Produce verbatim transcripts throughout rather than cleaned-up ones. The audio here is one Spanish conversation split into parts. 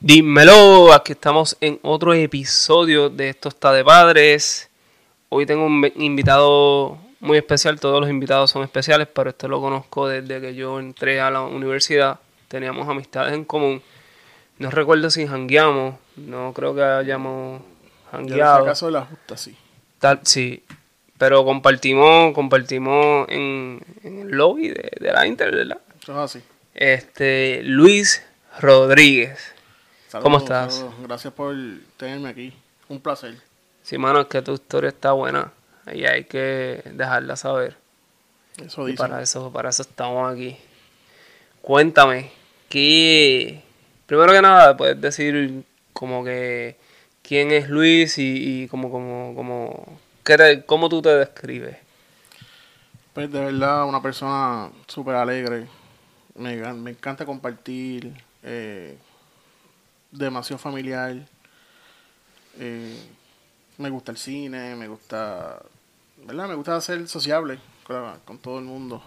Dímelo, aquí estamos en otro episodio de Esto está de Padres. Hoy tengo un invitado muy especial, todos los invitados son especiales, pero este lo conozco desde que yo entré a la universidad. Teníamos amistades en común. No recuerdo si jangueamos, no creo que hayamos Yo le jangueado. sacaso de la justa, sí. Tal, sí, pero compartimos, compartimos en, en el lobby de, de la Inter, ¿verdad? Eso es así. Este, Luis Rodríguez. Saludos, ¿Cómo estás? saludos. Gracias por tenerme aquí. Un placer. Sí, mano, es que tu historia está buena y hay que dejarla saber. Eso Y dicen. para eso, para eso estamos aquí. Cuéntame, ¿qué... Primero que nada, puedes decir como que quién es Luis y, y como, como, como, ¿qué te- cómo tú te describes? Pues de verdad, una persona súper alegre. Me, gan- me encanta compartir. eh, demasiado familiar. eh, me gusta el cine, me gusta... ¿Verdad? Me gusta ser sociable con, la- con todo el mundo.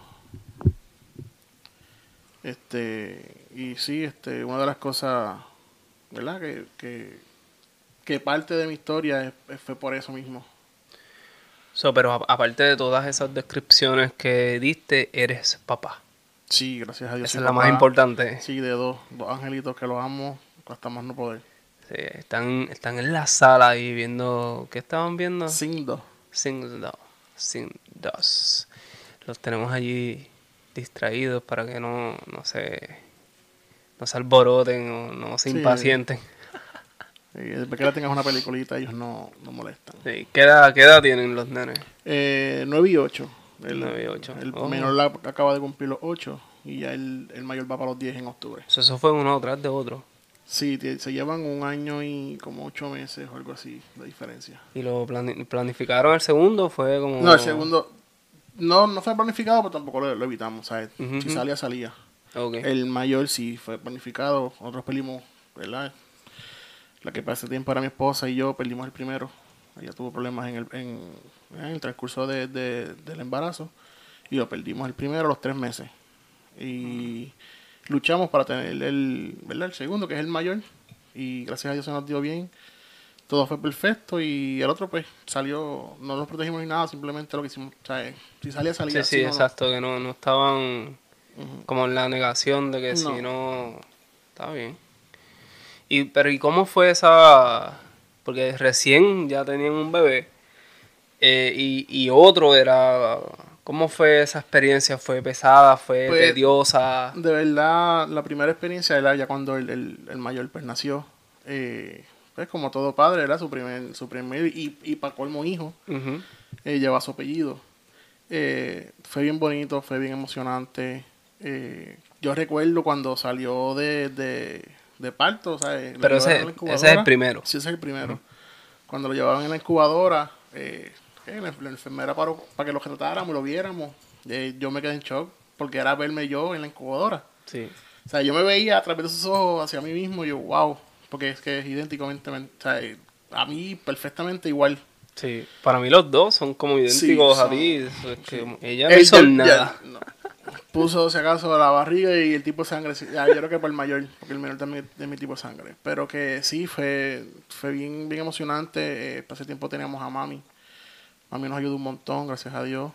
Este, y sí, este, una de las cosas, ¿verdad? Que, que, que parte de mi historia es- es- fue por eso mismo. So, pero a- aparte de todas esas descripciones que diste, eres papá. Sí, gracias a Dios Esa soy es la más papá. importante. Sí, de dos, dos angelitos que los amo hasta más no poder. Sí, están, están en la sala ahí viendo... ¿Qué estaban viendo? Sin dos. Sin dos. Sin dos. Los tenemos allí distraídos para que no, no se, no se alboroten o no se Sí, eh, impacienten. eh, después que le tengas una peliculita, ellos no, no molestan. Sí, ¿qué edad, qué edad tienen los nenes? Eh, nueve y ocho. El, nueve y ocho. el Oh. menor la, acaba de cumplir los ocho y ya el, el mayor va para los diez en octubre. Eso, eso fue uno tras de otro. Sí, tie- se llevan un año y como ocho meses o algo así de diferencia. Y lo plani- planificaron el segundo, fue como... No, el segundo no, no fue planificado, pero tampoco lo, lo evitamos. ¿Sabes? Ujú, Si ujú. salía, salía. Ok. El mayor sí fue planificado. Nosotros perdimos, ¿verdad? La que para ese tiempo era mi esposa y yo perdimos el primero. Ella tuvo problemas en el, en, en el transcurso de, de- del embarazo y lo perdimos el primero a los tres meses. Y luchamos para tener el, ¿verdad? El segundo, que es el mayor. Y gracias a Dios se nos dio bien. Todo fue perfecto y el otro pues salió, no nos protegimos ni nada, simplemente lo que hicimos, o sea, si salía, salía, Sí, sí, si no, no. exacto, que no, no estaban Ujú. como en la negación de que si No, no... Está bien. Y, pero ¿y cómo fue esa...? Porque recién ya tenían un bebé. eh, y, y otro era... ¿Cómo fue esa experiencia? ¿Fue pesada? ¿Fue pues tediosa? de verdad la primera experiencia era ya cuando el, el, el mayor pues nació. Eh, pues como todo padre, era su primer, su primer y, y para colmo hijo, Ujú. eh, lleva su apellido. Eh, fue bien bonito, fue bien emocionante. Eh, yo recuerdo cuando salió de, de, de parto, ¿sabes? Lo Pero llevaron en ese, la ese es el incubadora. primero. Sí, ese es el primero. Ujú. Cuando lo llevaban en la incubadora, eh, eh, la, la enfermera paró para que lo tratáramos y lo viéramos. Eh, yo me quedé en shock porque era verme yo en la incubadora. Sí. O sea, yo me veía a través de sus ojos hacia mí mismo y yo, wow, porque es que es idénticamente, o sea, eh, a mí perfectamente igual. Sí. Para mí los dos son como Sí, idénticos a son, ti. Eso es sí. que ella no Él hizo ya, nada. ya, no. Puso, si acaso, la barriga y el tipo de sangre. sí, ya, yo creo que por el mayor, porque el menor también es de mi tipo de sangre. Pero que sí, fue, fue bien, bien emocionante. Eh, para ese tiempo teníamos a mami. Mami nos ayudó un montón, gracias a Dios.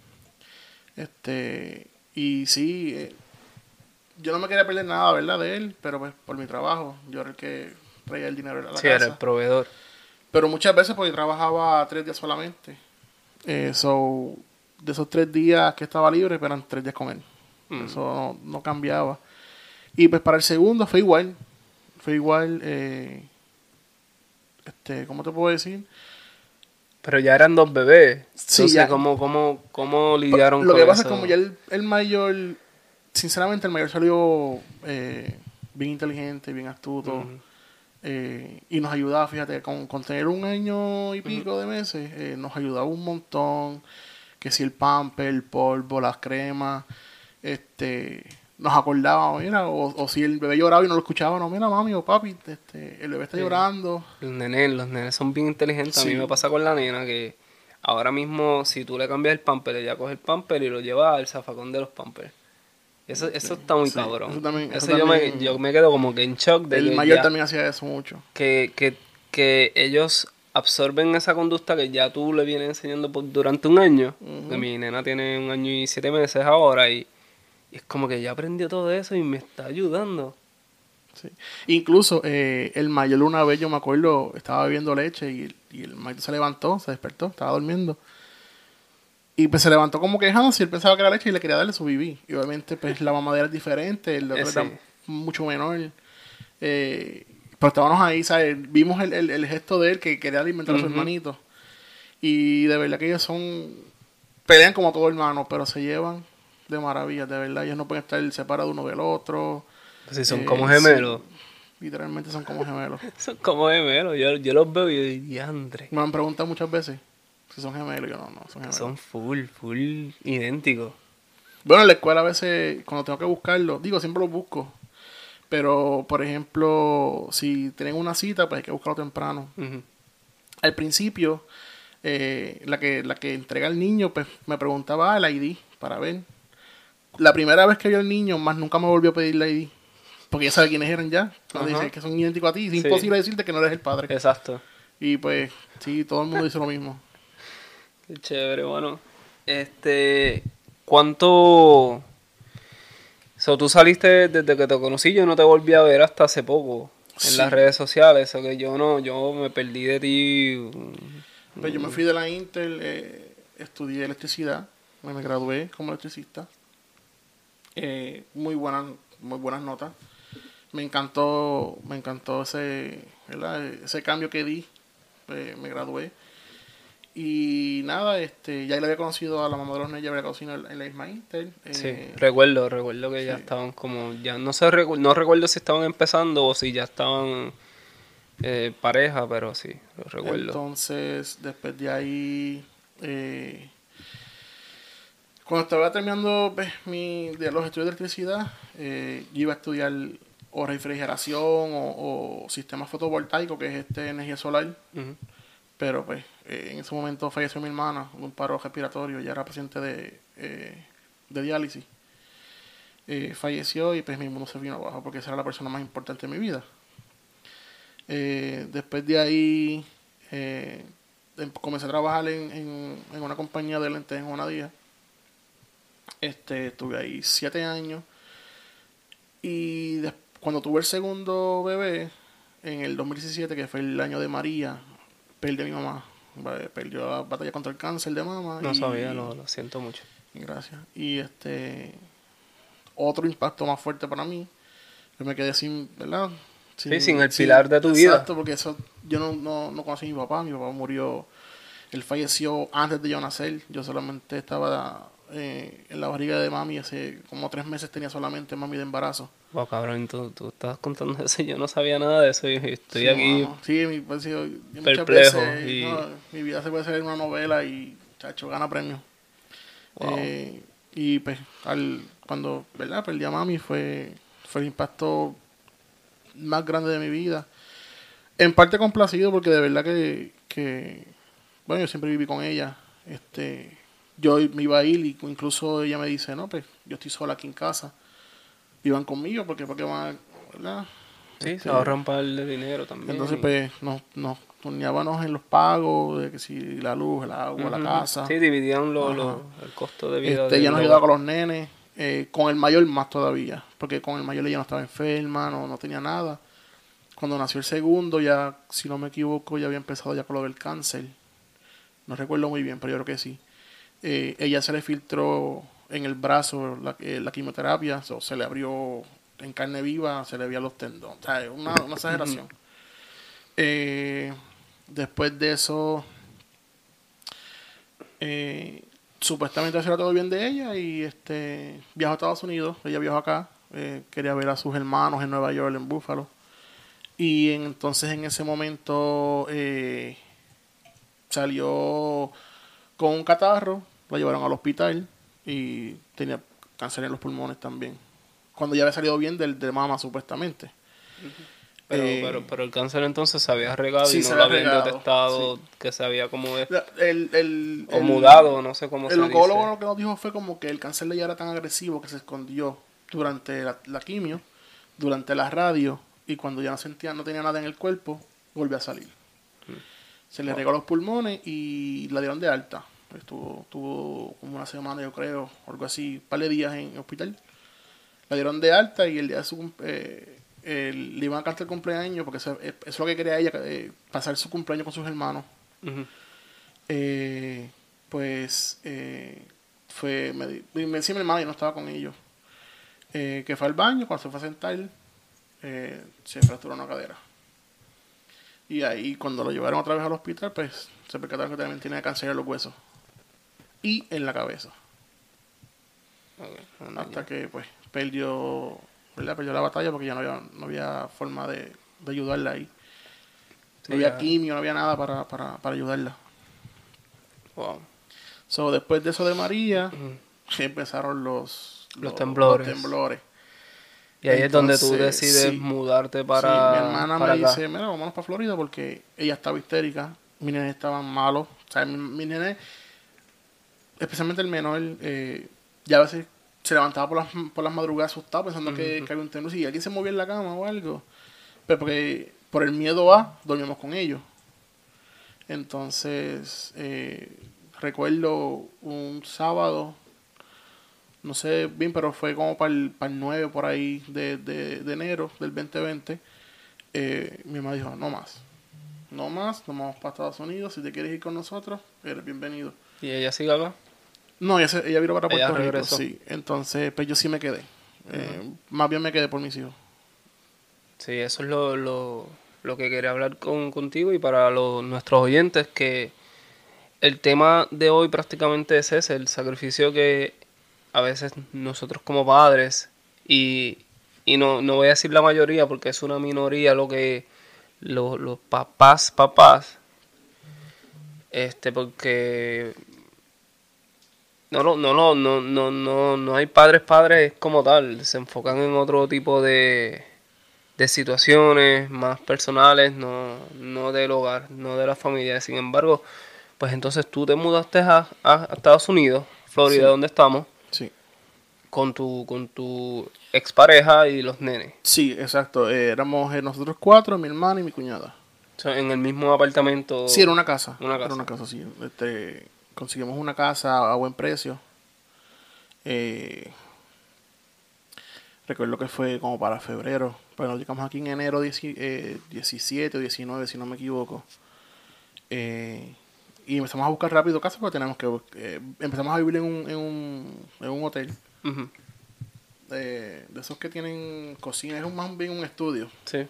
Este, y sí, eh, yo no me quería perder nada, ¿verdad? De él, pero pues por mi trabajo, yo era el que traía el dinero a la Sí, era el casa. proveedor. Pero muchas veces porque trabajaba tres días solamente. Eh, so, de esos tres días que estaba libre, eran tres días con él. Mm. Eso no, no cambiaba. Y pues para el segundo fue igual. Fue igual, eh, este, ¿cómo te puedo decir? Pero ya eran dos bebés. Sí, Entonces, ya. ¿cómo, cómo, cómo lidiaron Lo con que pasa es eso? como ya el, el mayor, sinceramente el mayor salió eh, bien inteligente, bien astuto. Mm. Eh, y nos ayudaba, fíjate, con, con tener un año y Ujú. pico de meses, eh, nos ayudaba un montón. Que si el pamper, el polvo, las cremas, este, nos acordábamos, mira, o, o si el bebé lloraba y no lo escuchaba, no, mira, mami o papi, este, el bebé está Sí. llorando. Los nenes, los nenes son bien inteligentes. A mí me Sí, pasa con la nena que ahora mismo si tú le cambias el pamper, ella coge el pamper y lo lleva al zafacón de los pampers. Eso, eso Sí, está muy sí, cabrón. eso también, eso Eso yo me, también, yo me quedo como que en shock de el que mayor ya, también hacía eso mucho. que, que, que ellos absorben esa conducta que ya tú le vienes enseñando por, durante un año. Que Ujú. mi nena tiene un año y siete meses ahora y, y es como que ya aprendió todo eso y me está ayudando. Sí. Incluso eh, el mayor una vez, yo me acuerdo, estaba bebiendo leche y, y el mayor se levantó, se despertó, estaba durmiendo. Y pues se levantó como quejándose y él pensaba que era leche y le quería darle su bibí. Y obviamente pues la mamadera es diferente, el otro era Ese, mucho menor. Eh, pero estábamos ahí, ¿sabes? Vimos el, el, el gesto de él que quería alimentar a su ujú. hermanito. Y de verdad que ellos son... Pelean como todo hermano, pero se llevan de maravilla, de verdad. Ellos no pueden estar separados uno del otro. Pues si son como Eh, gemelos. sí, literalmente son como gemelos. Son como gemelos. Yo, yo los veo y yo digo, diantre. Me han preguntado muchas veces si son gemelos. Yo no, no, son gemelos. Son full, full idénticos. Bueno, en la escuela a veces, cuando tengo que buscarlo, digo, siempre los busco. Pero, por ejemplo, si tienen una cita, pues hay que buscarlo temprano. Ujú. Al principio, eh, la, que, la que entrega al niño, pues me preguntaba el I D para ver. La primera vez que vio al niño, más nunca me volvió a pedir el I D. Porque ya sabe quiénes eran ya. Cuando dice Ajá. que son idénticos a ti, es Sí, imposible decirte que no eres el padre. exacto. Y pues, sí, todo el mundo dice lo mismo. Qué chévere, bueno. Este, ¿cuánto? So, tú saliste desde que te conocí, yo no te volví a ver hasta hace poco en las Sí. redes sociales, o que yo no, yo me perdí de ti. Pues yo me fui de la Intel, eh, estudié electricidad, me gradué como electricista. Eh, muy buenas, muy buenas notas. Me encantó, me encantó ese, ¿verdad? Ese cambio que di. Eh, me gradué. Y nada, este, ya le había conocido a la mamá de los niños, ya había conocido en, en la misma Intel. Sí, Eh, recuerdo, recuerdo que ya sí. estaban como, ya no sé, recu- no recuerdo si estaban empezando o si ya estaban eh, pareja, pero sí, lo recuerdo. Entonces, después de ahí, eh, cuando estaba terminando pues, mi, de los estudios de electricidad, eh, yo iba a estudiar o refrigeración o, o sistema fotovoltaico, que es este energía solar. Ujú. Pero pues eh, en ese momento falleció mi hermana de un paro respiratorio, ya era paciente de, eh, de diálisis. Eh, falleció y pues mi mundo se vino abajo porque esa era la persona más importante de mi vida. Eh, después de ahí eh, em- comencé a trabajar en, en, en una compañía de lentes en Juanadía. Este, estuve ahí siete años y des- cuando tuve el segundo bebé, en el dos mil diecisiete, que fue el año de María, perdí a mi mamá. Vale, perdió la batalla contra el cáncer de mama No sabía, y, lo, lo siento mucho. y gracias. Y este otro impacto más fuerte para mí, yo me quedé sin, ¿verdad? Sí, sin Sin, el sin, pilar de tu vida. exacto, porque eso yo no, no, no conocí a mi papá, mi papá murió, él falleció antes de yo nacer, yo solamente estaba eh, en la barriga de mami, hace como tres meses tenía solamente mami de embarazo. Wow, cabrón, tú, tú estás contando eso y yo no sabía nada de eso y estoy Sí, aquí mano. Sí, mi, pues, sí, yo muchas perplejo veces, y no, mi vida se puede hacer una novela y, chacho, gana premio. wow. Eh, y pues, al, cuando, ¿verdad? Perdí a mami fue, fue el impacto más grande de mi vida. En parte complacido porque de verdad que, que bueno, yo siempre viví con ella. Este, yo me iba a ir y incluso ella me dice, no, pues yo estoy sola aquí en casa. Vivan conmigo porque, porque van, ¿verdad? Sí, se Este, ahorra un par de dinero también. entonces, Y... pues, nos, nos turneábamos en los pagos, de que si la luz, el agua, la Ujú. casa. Sí, dividían lo, Ajá. lo- el costo de vida Este, ella del nos ayudaba hogar. con los nenes, eh, con el mayor más todavía, porque con el mayor ella no estaba enferma, no, no tenía nada. Cuando nació el segundo, ya, si no me equivoco, ya había empezado ya con lo del cáncer. No recuerdo muy bien, pero yo creo que sí. Eh, ella se le filtró en el brazo la, eh, la quimioterapia, so, se le abrió en carne viva, se le veían los tendones. O sea, una, una Ujú. exageración. Eh, después de eso, eh, supuestamente hacía todo bien de ella y este viajó a Estados Unidos. Ella viajó acá, eh, quería ver a sus hermanos en Nueva York, en Buffalo. Y entonces en ese momento eh, salió con un catarro, la llevaron al hospital y tenía cáncer en los pulmones también. Cuando ya había salido bien del de mama supuestamente. Pero, pero, Eh, pero el cáncer entonces se había regado y sí, se no lo había habían regado. Sí. detectado, que se había como es- La- El, el, o mudado, el, no sé cómo el se oncólogo dice. lo que nos dijo fue como que el cáncer de ella era tan agresivo que se escondió durante la, la quimio, durante la radio, y cuando ya no sentía, no tenía nada en el cuerpo, volvió a salir. Mm. Se le wow. regó los pulmones y la dieron de alta. Estuvo, estuvo como una semana, yo creo, algo así, un par de días en el hospital. La dieron de alta y el día de su eh, el, le iban a cantar el cumpleaños, porque eso, eso es lo que quería ella, eh, pasar su cumpleaños con sus hermanos. Uh-huh. eh, pues eh, fue, me, me decía mi hermana y no estaba con ellos, eh, que fue al baño, cuando se fue a sentar, eh, se fracturó una cadera. Y ahí cuando lo llevaron otra vez al hospital, pues se percataron que también tenía cáncer en los huesos y en la cabeza. Okay. No, Hasta ya. que pues perdió, ¿verdad? perdió la batalla porque ya no había, no había forma de, de ayudarla ahí. Sí, no había ya. quimio, no había nada para, para, para ayudarla. Wow. So, después de eso de María, uh-huh. empezaron los, los, los, temblores. los temblores. Y ahí Entonces, es donde tú decides sí, mudarte para sí, mi hermana para me acá. dice, mira, vámonos para Florida porque ella estaba histérica, mis nenes estaban malos. O sea, mis mi nenes, especialmente el menor, eh, ya a veces se levantaba por las, por las madrugadas asustado pensando uh-huh. que, que había un temblor. Si alguien se movía en la cama o algo. Pero porque por el miedo a, dormíamos con ellos. Entonces, eh, recuerdo un sábado, no sé bien, pero fue como para el, para el nueve por ahí de, de, de enero del veinte veinte. Eh, mi mamá dijo, no más. No más, nos vamos para Estados Unidos. Si te quieres ir con nosotros, eres bienvenido. ¿Y ella sigue acá? No, ella, se, ella vino para Puerto ella Rico, regresó. sí. Entonces, pues yo sí me quedé. Eh, uh-huh. Más bien me quedé por mis hijos. Sí, eso es lo, lo, lo que quería hablar con, contigo y para los, nuestros oyentes, que el tema de hoy prácticamente es ese, el sacrificio que a veces nosotros como padres, y, y no, no voy a decir la mayoría porque es una minoría lo que los, los papás, papás, este porque no, no, no, no, no, no, no, no hay padres, padres como tal, se enfocan en otro tipo de, de situaciones más personales, no, no del hogar, no de la familia. Sin embargo, pues entonces tú te mudaste a, a Estados Unidos, Florida, sí. donde estamos. Sí. Con tu, con tu expareja y los nenes. Sí, exacto. Eh, éramos eh, nosotros cuatro, mi hermana y mi cuñada. O sea, en el mismo apartamento. Sí, era una casa. Una casa. Era una casa, sí. Este, conseguimos una casa a buen precio. Eh, recuerdo que fue como para febrero. Pero nos llegamos aquí en enero diecisiete o diecinueve, si no me equivoco. Eh, y empezamos a buscar rápido casa porque tenemos que... Eh, empezamos a vivir en un, en un, en un hotel. Uh-huh. De, de esos que tienen cocina, es un, más bien un estudio. Sí.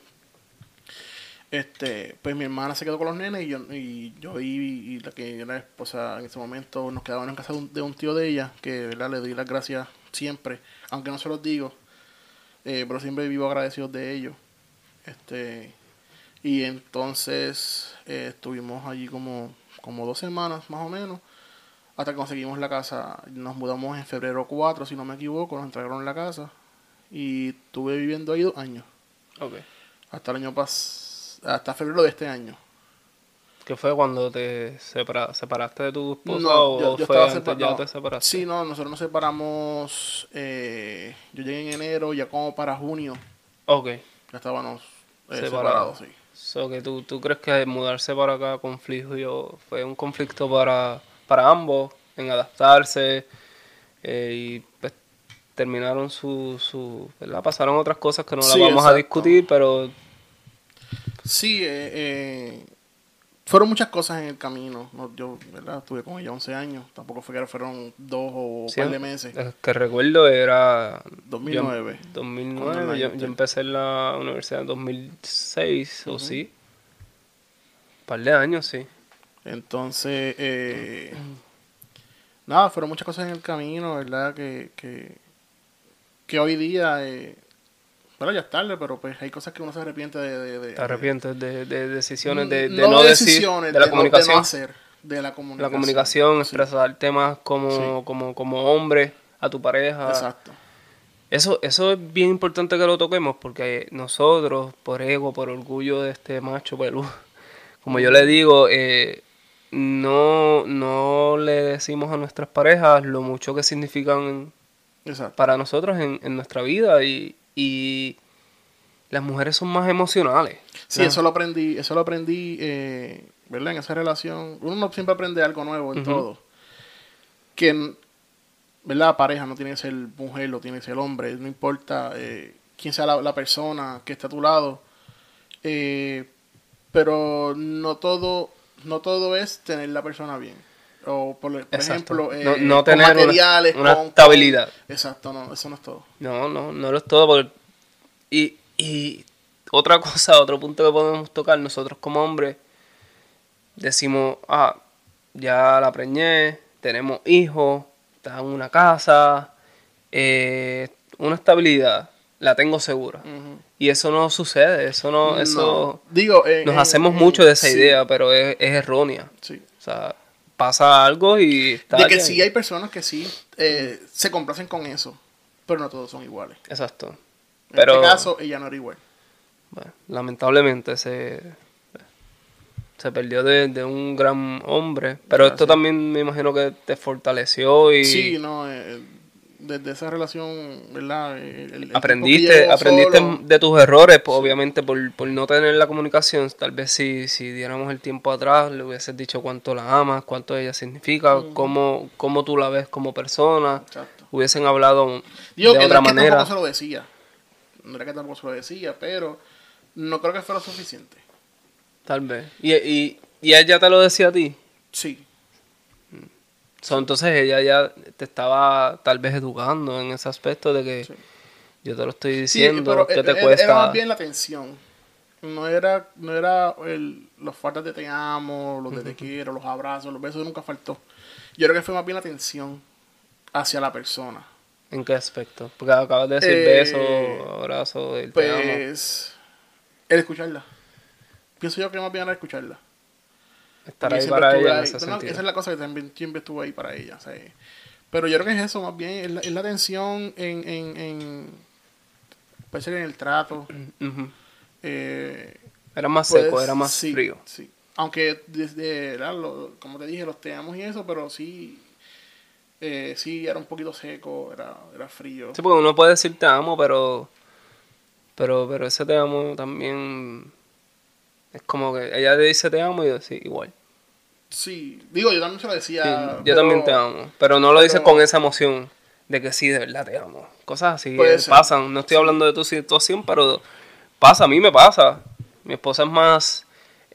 Este, pues mi hermana se quedó con los nenes y yo y yo y, y la que era esposa en ese momento nos quedábamos en casa de un, de un tío de ella, que ¿verdad? Le doy las gracias siempre, aunque no se los digo, eh, pero siempre vivo agradecido de ellos. Este, y entonces eh, estuvimos allí como, como dos semanas más o menos. Hasta que conseguimos la casa, nos mudamos en febrero cuatro, si no me equivoco, nos entregaron la casa y estuve viviendo ahí dos años. Okay. Hasta el año pas hasta febrero de este año. ¿Qué fue cuando te separa separaste de tu esposa no, o yo, yo fue antes separ- ya no. te separaste? Sí, no, nosotros nos separamos, eh, yo llegué en enero, ya como para junio. Ok. Ya estábamos eh, separados. separados, sí. So, que tú, ¿Tú crees que mudarse para acá conflicto fue un conflicto para... para ambos en adaptarse eh, y pues terminaron su, su ¿verdad? Pasaron otras cosas que no sí, las vamos exacto. a discutir, pero sí, eh, eh, fueron muchas cosas en el camino. No, yo, ¿verdad? Estuve con ella once años, tampoco fue que fueron dos o un sí, par de meses. El que recuerdo era dos mil nueve. Yo, dos mil nueve, yo, yo empecé en la universidad en dos mil seis, uh-huh. o sí. Un par de años, sí. Entonces, eh, nada, fueron muchas cosas en el camino, ¿verdad? Que, que, que hoy día, eh, bueno, ya es tarde, pero pues hay cosas que uno se arrepiente de... de, de ¿Te arrepientes de, de decisiones de, de no, no de decir, decisiones, de la de comunicación? No, de no hacer, de la comunicación. La comunicación, sí. expresar temas como, sí. como, como hombre a tu pareja. Exacto. Eso, eso es bien importante que lo toquemos porque nosotros, por ego, por orgullo de este macho peludo, como yo le digo, eh, no, no le decimos a nuestras parejas lo mucho que significan Exacto. para nosotros en, en nuestra vida y, y las mujeres son más emocionales. Sí, ¿no? eso lo aprendí, eso lo aprendí, eh, ¿verdad? En esa relación, uno siempre aprende algo nuevo en Uh-huh. todo. Que, ¿verdad? La pareja no tiene que ser mujer, lo tiene que ser hombre, no importa eh, quién sea la, la persona que está a tu lado. Eh, pero no todo, no todo es tener la persona bien. O por, por ejemplo, eh, no, no con tener materiales, una, una con, estabilidad. Con, exacto, no, eso no es todo. No, no, no lo es todo. Porque, y, y otra cosa, otro punto que podemos tocar, nosotros como hombres decimos, ah, ya la preñé, tenemos hijos, está en una casa, eh, una estabilidad, la tengo segura. Uh-huh. Y eso no sucede, eso no, eso no. Digo, en, nos en, hacemos en, mucho de esa sí. idea, pero es, es errónea. Sí. O sea, pasa algo y está de que ahí. Sí hay personas que sí eh, uh-huh. se complacen con eso, pero no todos son iguales. Exacto. En pero, este caso, ella no era igual. Bueno, lamentablemente se, se perdió de, de un gran hombre, pero Gracias. Esto también me imagino que te fortaleció y... Sí, no, eh, desde esa relación, ¿verdad? El, el aprendiste aprendiste solo, de tus errores, pues, sí. obviamente por, por no tener la comunicación. Tal vez si, si diéramos el tiempo atrás, le hubieses dicho cuánto la amas, cuánto ella significa, uh-huh. cómo, cómo tú la ves como persona. Exacto. Hubiesen hablado Digo, de que otra no es manera. Que tampoco se lo decía, no era que tampoco se lo decía, pero no creo que fuera suficiente. Tal vez. ¿Y, y, y ella te lo decía a ti? Sí. So, entonces ella ya te estaba tal vez educando en ese aspecto de que sí. yo te lo estoy diciendo, sí, ¿qué te era, cuesta? Era más bien la atención. No era, no era el, los faltas de te amo, los de te quiero, los abrazos, los besos, nunca faltó. Yo creo que fue más bien la atención hacia la persona. ¿En qué aspecto? Porque acabas de decir eh, besos, abrazos, el pues, te amo. Pues, el escucharla. Pienso yo que más bien era escucharla. Estar ahí para ella ahí. en ese Pero no, sentido. Esa es la cosa que también siempre estuve ahí para ella. ¿Sí? Pero yo creo que es eso, más bien, es la, es la atención en, en, en, puede ser en el trato. Uh-huh. eh, era más pues, seco, era más sí, frío. Sí. Aunque, desde, lo, como te dije, los te amos y eso, pero sí, eh, sí, era un poquito seco, era, era frío. Sí, porque uno puede decir te amo, pero, pero, pero ese te amo también... Es como que ella te dice te amo y yo sí, igual. Sí, digo, yo también se lo decía. Sí, yo pero, también te amo, pero no lo pero, dices con esa emoción de que sí, de verdad te amo. Cosas así eh, pasan. No estoy sí. hablando de tu situación, pero pasa, a mí me pasa. Mi esposa es más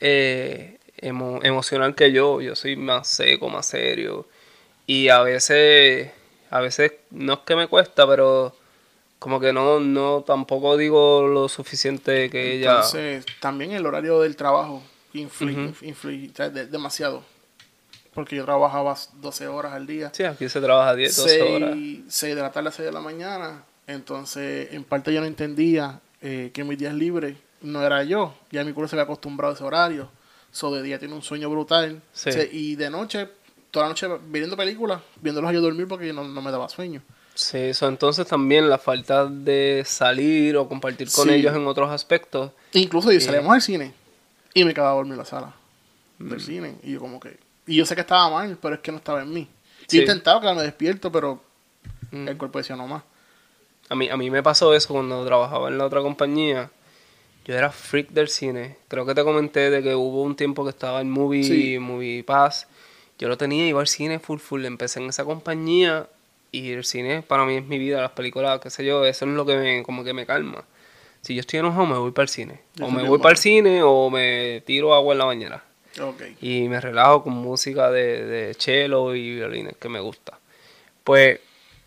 eh, emo- emocional que yo, yo soy más seco, más serio. Y a veces, a veces no es que me cuesta, pero... Como que no, no, tampoco digo lo suficiente que Entonces, ella... Entonces, también el horario del trabajo influye, uh-huh. influye de, demasiado. Porque yo trabajaba doce horas al día. Sí, aquí se trabaja diez, doce horas. seis de la tarde a seis de la mañana. Entonces, en parte yo no entendía eh, que mis días libres no era yo. Ya mi cuerpo se había acostumbrado a ese horario. So, de día tiene un sueño brutal. Sí. O sea, y de noche, toda la noche viendo películas, viéndolos a yo dormir porque no, no me daba sueño. Sí, eso entonces también la falta de salir o compartir con sí. ellos en otros aspectos. Incluso yo salíamos al cine y me quedaba a dormir en la sala mm. del cine. Y yo como que... Y yo sé que estaba mal, pero es que no estaba en mí. Sí. Yo intentaba quedarme despierto, pero mm. el cuerpo decía no más. A mí, a mí me pasó eso cuando trabajaba en la otra compañía. Yo era freak del cine. Creo que te comenté de que hubo un tiempo que estaba en Movie, sí. Movie Pass. Yo lo tenía, iba al cine full full. Empecé en esa compañía... Y el cine para mí es mi vida, las películas, qué sé yo, eso es lo que me, como que me calma. Si yo estoy enojado, me voy para el cine. Eso o me voy para el cine o me tiro agua en la bañera. Okay. Y me relajo con música de, de cello y violines que me gusta. Pues,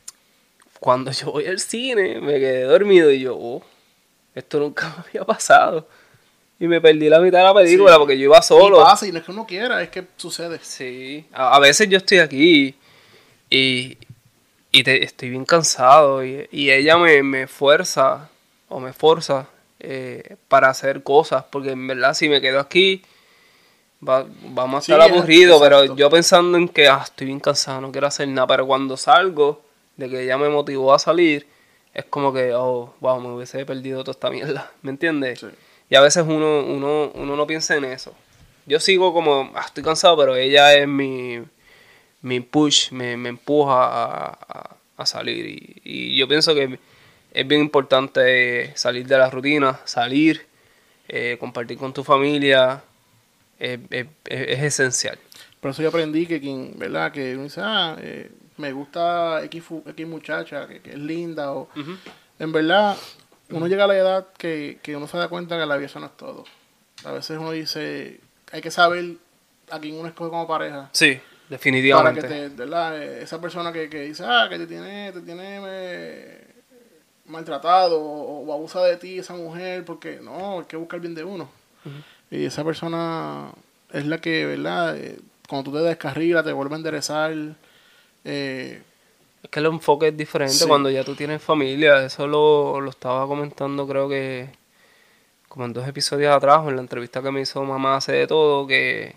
cuando yo voy al cine, me quedé dormido y yo, oh, esto nunca me había pasado. Y me perdí la mitad de la película sí. porque yo iba solo. Y pasa, y no es que uno quiera, es que sucede. Sí, a, a veces yo estoy aquí y... Y te, estoy bien cansado y, y ella me, me fuerza o me forza eh, para hacer cosas. Porque en verdad si me quedo aquí va, vamos a estar sí, aburridos. Pero yo pensando en que ah, estoy bien cansado, no quiero hacer nada. Pero cuando salgo, de que ella me motivó a salir, es como que, oh, wow, me hubiese perdido toda esta mierda. ¿Me entiendes? Sí. Y a veces uno, uno, uno no piensa en eso. Yo sigo como, ah, estoy cansado, pero ella es mi... mi push me, me empuja a, a, a salir. Y, y yo pienso que es bien importante salir de la rutina, salir, eh, compartir con tu familia, eh, eh, es, es esencial. Por eso yo aprendí que quien, ¿verdad? Que uno dice, ah, eh, me gusta X, fu- X muchacha, que, que es linda, o Uh-huh. en verdad, uno llega a la edad que, que uno se da cuenta que la vida eso no es todo. A veces uno dice, hay que saber a quién uno escoge como pareja. Sí, Para definitivamente. que te, ¿verdad? Eh, Esa persona que, que dice, ah, que te tiene, te tiene eh, maltratado o, o abusa de ti esa mujer, porque no, hay que buscar el bien de uno. Uh-huh. Y esa persona es la que, ¿verdad? Eh, cuando tú te descarrilas, te vuelve a enderezar. Eh, Es que el enfoque es diferente sí, cuando ya tú tienes familia. Eso lo, lo estaba comentando, creo que como en dos episodios atrás, o en la entrevista que me hizo Mamá Hace de Todo, que,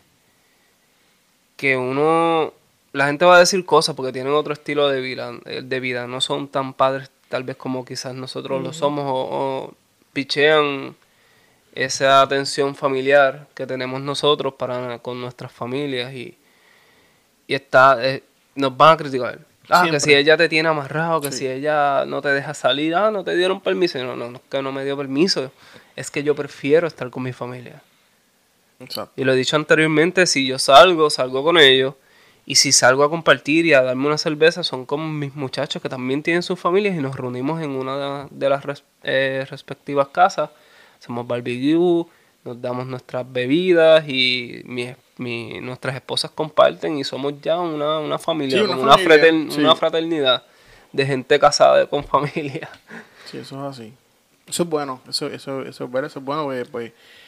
que uno, la gente va a decir cosas porque tienen otro estilo de vida, de vida. No son tan padres tal vez como quizás nosotros lo ujú, somos, o, o pichean esa atención familiar que tenemos nosotros para con nuestras familias, y, y está, eh, nos van a criticar. Ah, que si siempre. ella te tiene amarrado, que si Sí, ella no te deja salir, ah, no te dieron permiso. No, no, no, que no me dio permiso. Es que yo prefiero estar con mi familia. exacto. Y lo he dicho anteriormente, si yo salgo, salgo con ellos. Y si salgo a compartir y a darme una cerveza, son con mis muchachos que también tienen sus familias y nos reunimos en una de las res- eh, respectivas casas. Hacemos barbecue, nos damos nuestras bebidas y mi- mi- nuestras esposas comparten y somos ya una, una Sí, familia, una como una, familia. frater- una Sí, fraternidad de gente casada con familia. sí, eso es así. Eso es bueno. Eso, eso, eso es ver, eso es bueno, porque pues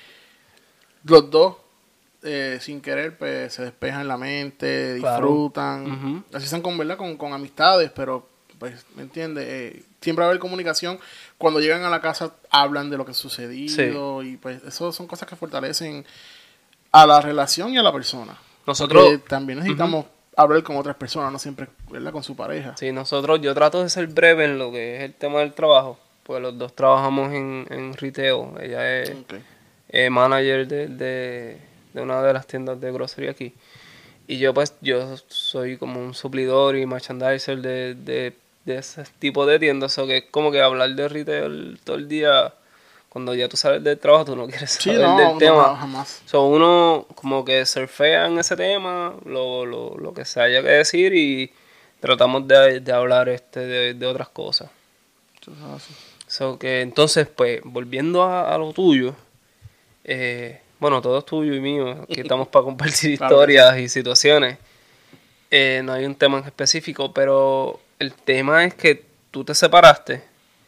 los dos, eh, sin querer, pues se despejan la mente, Claro. disfrutan. Ujú. Así están con, ¿verdad? Con, con amistades, pero, pues, ¿me entiendes? Eh, siempre va a haber comunicación. Cuando llegan a la casa, hablan de lo que ha Sí. sucedido. Y pues, eso son cosas que fortalecen a la relación y a la persona. Nosotros, Porque también ujú. necesitamos hablar con otras personas, no siempre, ¿verdad? Con su pareja. Sí, nosotros, yo trato de ser breve en lo que es el tema del trabajo, pues los dos trabajamos en, en retail. Ella es Ok. eh, manager de, de, de una de las tiendas de grocery aquí. Y yo pues, yo soy como un suplidor y merchandiser de, de, de ese tipo de tiendas. O que es como que hablar de retail todo el día, cuando ya tú sabes del trabajo, tú no quieres Sí, saber del no, no, tema. ja- jamás. So, uno como que surfea en ese tema, lo, lo, lo que se haya que decir, y tratamos de, de hablar este de, de otras cosas. Eso es así. So, que entonces, pues, volviendo a, a lo tuyo, eh, bueno, todo es tuyo y mío, aquí estamos para compartir Claro que sí. historias y situaciones. Eh, no hay un tema en específico, pero el tema es que tú te separaste,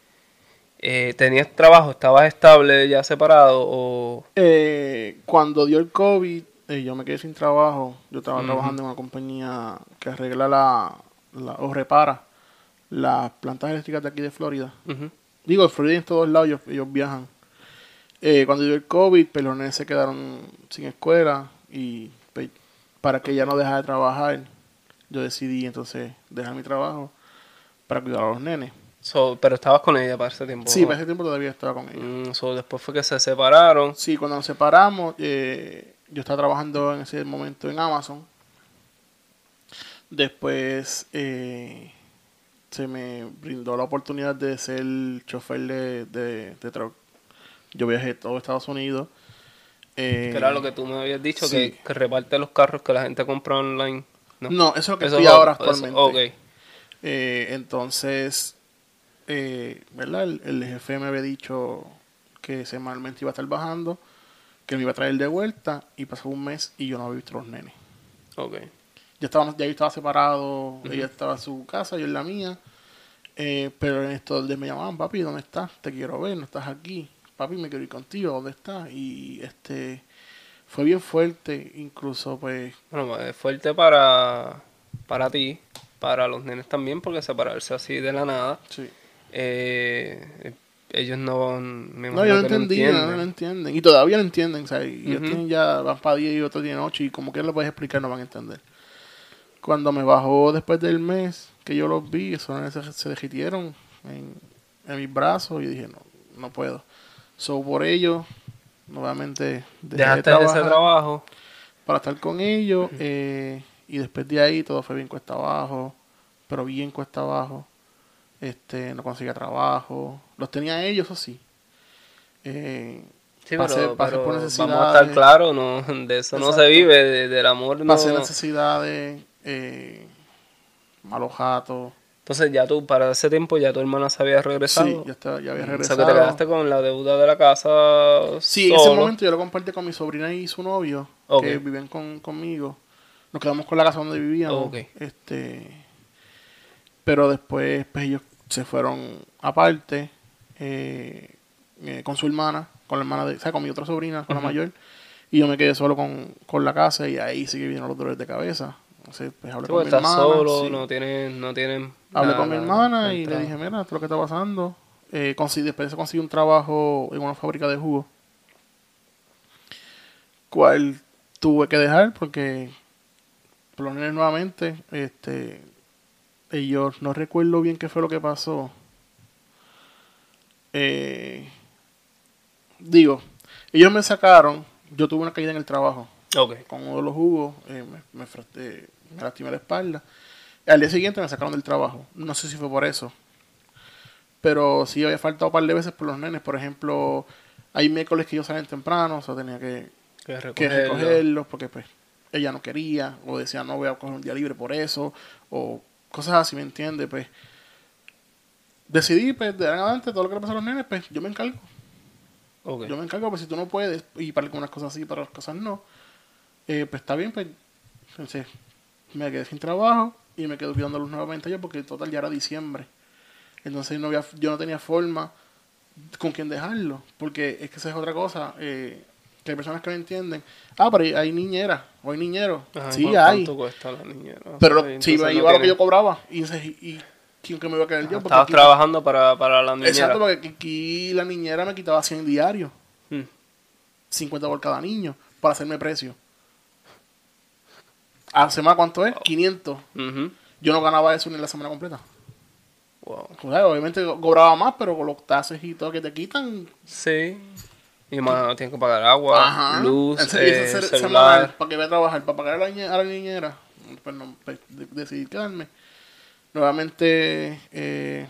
eh, tenías trabajo, estabas estable ya separado, o... Eh, cuando dio el COVID, eh, yo me quedé sin trabajo. Yo estaba Ujú. trabajando en una compañía que arregla la, la- o repara las plantas eléctricas de aquí de Florida. Ujú. Digo, en Florida y en todos lados ellos, ellos viajan. Eh, cuando dio el COVID, pues los nenes se quedaron sin escuela y pues, para que ella no dejara de trabajar, yo decidí entonces dejar mi trabajo para cuidar a los nenes. So, pero estabas con ella para ese tiempo. Sí, para ese tiempo todavía estaba con ella. Mm, so, después fue que se separaron. Sí, cuando nos separamos, eh, yo estaba trabajando en ese momento en Amazon. Después eh, se me brindó la oportunidad de ser chofer de, de, de truck. Yo viajé todo Estados Unidos. Eh, Que era lo que tú me habías dicho, sí. que, que reparte los carros que la gente compra online. No, No, eso es lo que eso estoy es ahora otro- eso- actualmente. ok. Eh, entonces, eh, ¿verdad? El, el jefe me había dicho que semanalmente iba a estar bajando, que me iba a traer de vuelta, y pasó un mes y yo no había visto a los nenes. Ok. Ya, estábamos, ya yo estaba separado, Ujú. ella estaba en su casa, yo en la mía. Eh, pero en estos días me llamaban, papi, ¿dónde estás? Te quiero ver, no estás aquí. Papi, me quiero ir contigo, ¿dónde estás? Y este fue bien fuerte, incluso pues... Bueno, pues, es fuerte para, para ti, para los nenes también, porque separarse así de la nada, Sí. eh, ellos no van, me No, imagino yo no que no entendía, no, entienden. no entienden. Y todavía no entienden, ¿sabes? Y ellos Ujú. tienen ya, van para diez y otros tienen ocho, y como que les puedes explicar, no van a entender. Cuando me bajó después del mes que yo los vi, esos nenes se, se derritieron en, en mis brazos, y dije, no, no puedo. So, por ello, nuevamente dejé de Dejaste trabajar ese trabajo. para estar con ellos, eh, y después de ahí todo fue bien cuesta abajo, pero bien cuesta abajo. este, no conseguía trabajo. Los tenía ellos, eso sí. Eh, Sí, pasé, pero, pasé pero por vamos a necesidades. estar claros, no, de eso no Exacto. se vive, de- del amor Pasé no. necesidades, eh, malos jatos. Entonces ya tú, para ese tiempo ya tu hermana se había Sí, regresado. ya, estaba, ya había Mm, O sea que te regresado. quedaste con la deuda de la casa Sí, en ese solo. momento yo lo compartí con mi sobrina y su novio, Ok. que vivían con, conmigo. Nos quedamos con la casa donde vivíamos. Ok. Este, pero después pues, ellos se fueron aparte eh, eh, con su hermana, con la hermana de, o sea, con mi otra sobrina, con Ujú. la mayor. Y yo me quedé solo con, con la casa y ahí sí que vinieron los dolores de cabeza. Entonces, pues hablé Sí, con porque mi estás hermana. solo, Sí. no tienes, no tienes Hablé la, con mi la- hermana la y le entrada. dije, mira, esto es lo que está pasando. Eh, conseguí, después conseguí un trabajo en una fábrica de jugo, cual tuve que dejar porque, por lo menos nuevamente, este, ellos, no recuerdo bien qué fue lo que pasó. Eh, digo, ellos me sacaron, yo tuve una caída en el trabajo Ok. con uno de los jugos, eh, me, me, fracté- me lastimé la espalda. Al día siguiente me sacaron del trabajo. No sé si fue por eso. Pero sí había faltado un par de veces por los nenes. Por ejemplo, hay miércoles que ellos salen temprano, o sea, tenía que, Que que recogerlo. recogerlos porque pues ella no quería, o decía no voy a coger un día libre por eso, o cosas así, ¿me entiendes? Pues decidí, pues de ahora en adelante, todo lo que le pasa a los nenes, pues yo me encargo. Ok. Yo me encargo, pues si tú no puedes, y para algunas cosas sí, para otras cosas no, eh, pues está bien, pues entonces me quedé sin trabajo y me quedé cuidándolos nuevamente yo porque en total ya era diciembre. Entonces no había, yo no tenía forma con quién dejarlo, porque es que esa es otra cosa, eh, que hay personas que no entienden. Ah, pero hay, hay niñeras o hay niñeros. Ajá, Sí, ¿cu- hay. ¿cuánto cuesta la niñera? O Pero sea, y si me entonces no iba a lo que tiene- yo cobraba, y, entonces, y, y ¿quién que me iba a quedar Ajá, yo? Porque estabas aquí, trabajando para, para la niñera. exacto, porque aquí la niñera me quitaba cien diarios, Mm. cincuenta por cada niño, para hacerme precio. ¿A la semana cuánto es? Wow. quinientos. Ujú. Yo no ganaba eso ni en la semana completa. Wow. O sea, obviamente cobraba más, pero con los taxes y todo que te quitan. Sí. Y más, tienes que pagar agua, Ajá. luz, Ese- y ese eh, ser- semanal, celular. para que vaya a trabajar, para pagar a la, niñe- a la niñera, pues no, pues, de- decidí quedarme. Nuevamente eh,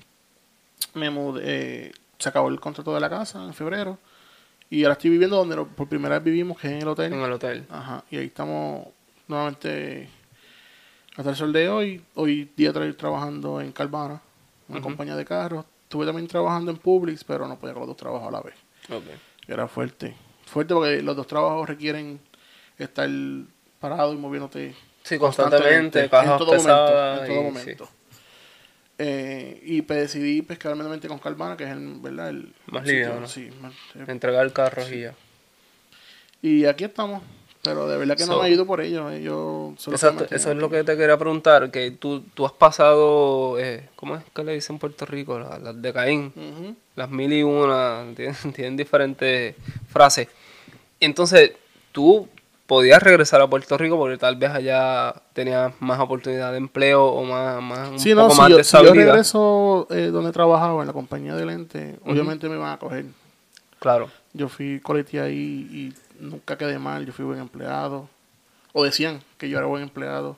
me mudé, eh, se acabó el contrato de la casa en febrero. Y ahora estoy viviendo donde lo- por primera vez vivimos, que es en el hotel. En el hotel. Ajá. Y ahí estamos nuevamente hasta el sol de hoy. Hoy día estoy trabajando en Carvana, una Ujú. compañía de carros. Estuve también trabajando en Publix, pero no podía con los dos trabajos a la vez. Ok. Era fuerte. Fuerte porque los dos trabajos requieren estar parado y moviéndote Sí, constantemente, constantemente, cajas en todo momento, pesadas en todo y momento. Eh, y pues decidí pues quedarme nuevamente con Carvana, que es el, ¿verdad? El Más sitio, liviano, ¿no? sí, más- eh, Entregar carros y ya. y aquí estamos, pero de verdad que no So, me ha ido por ellos. Ellos son los que me exacto, mantienen eso es lo aquí. que te quería preguntar, que tú, tú has pasado, eh, ¿cómo es que le dicen en Puerto Rico? Las, las de Caín, Ujú. las mil y una, tienen, tienen diferentes frases. Entonces, tú podías regresar a Puerto Rico porque tal vez allá tenías más oportunidad de empleo o más, más un Sí, no, poco si más yo, de si yo estabilidad. regreso eh, donde trabajaba, en la compañía de lentes, Ujú. obviamente me van a coger. Claro. Yo fui quality ahí y nunca quedé mal, yo fui buen empleado. O decían que yo era buen empleado.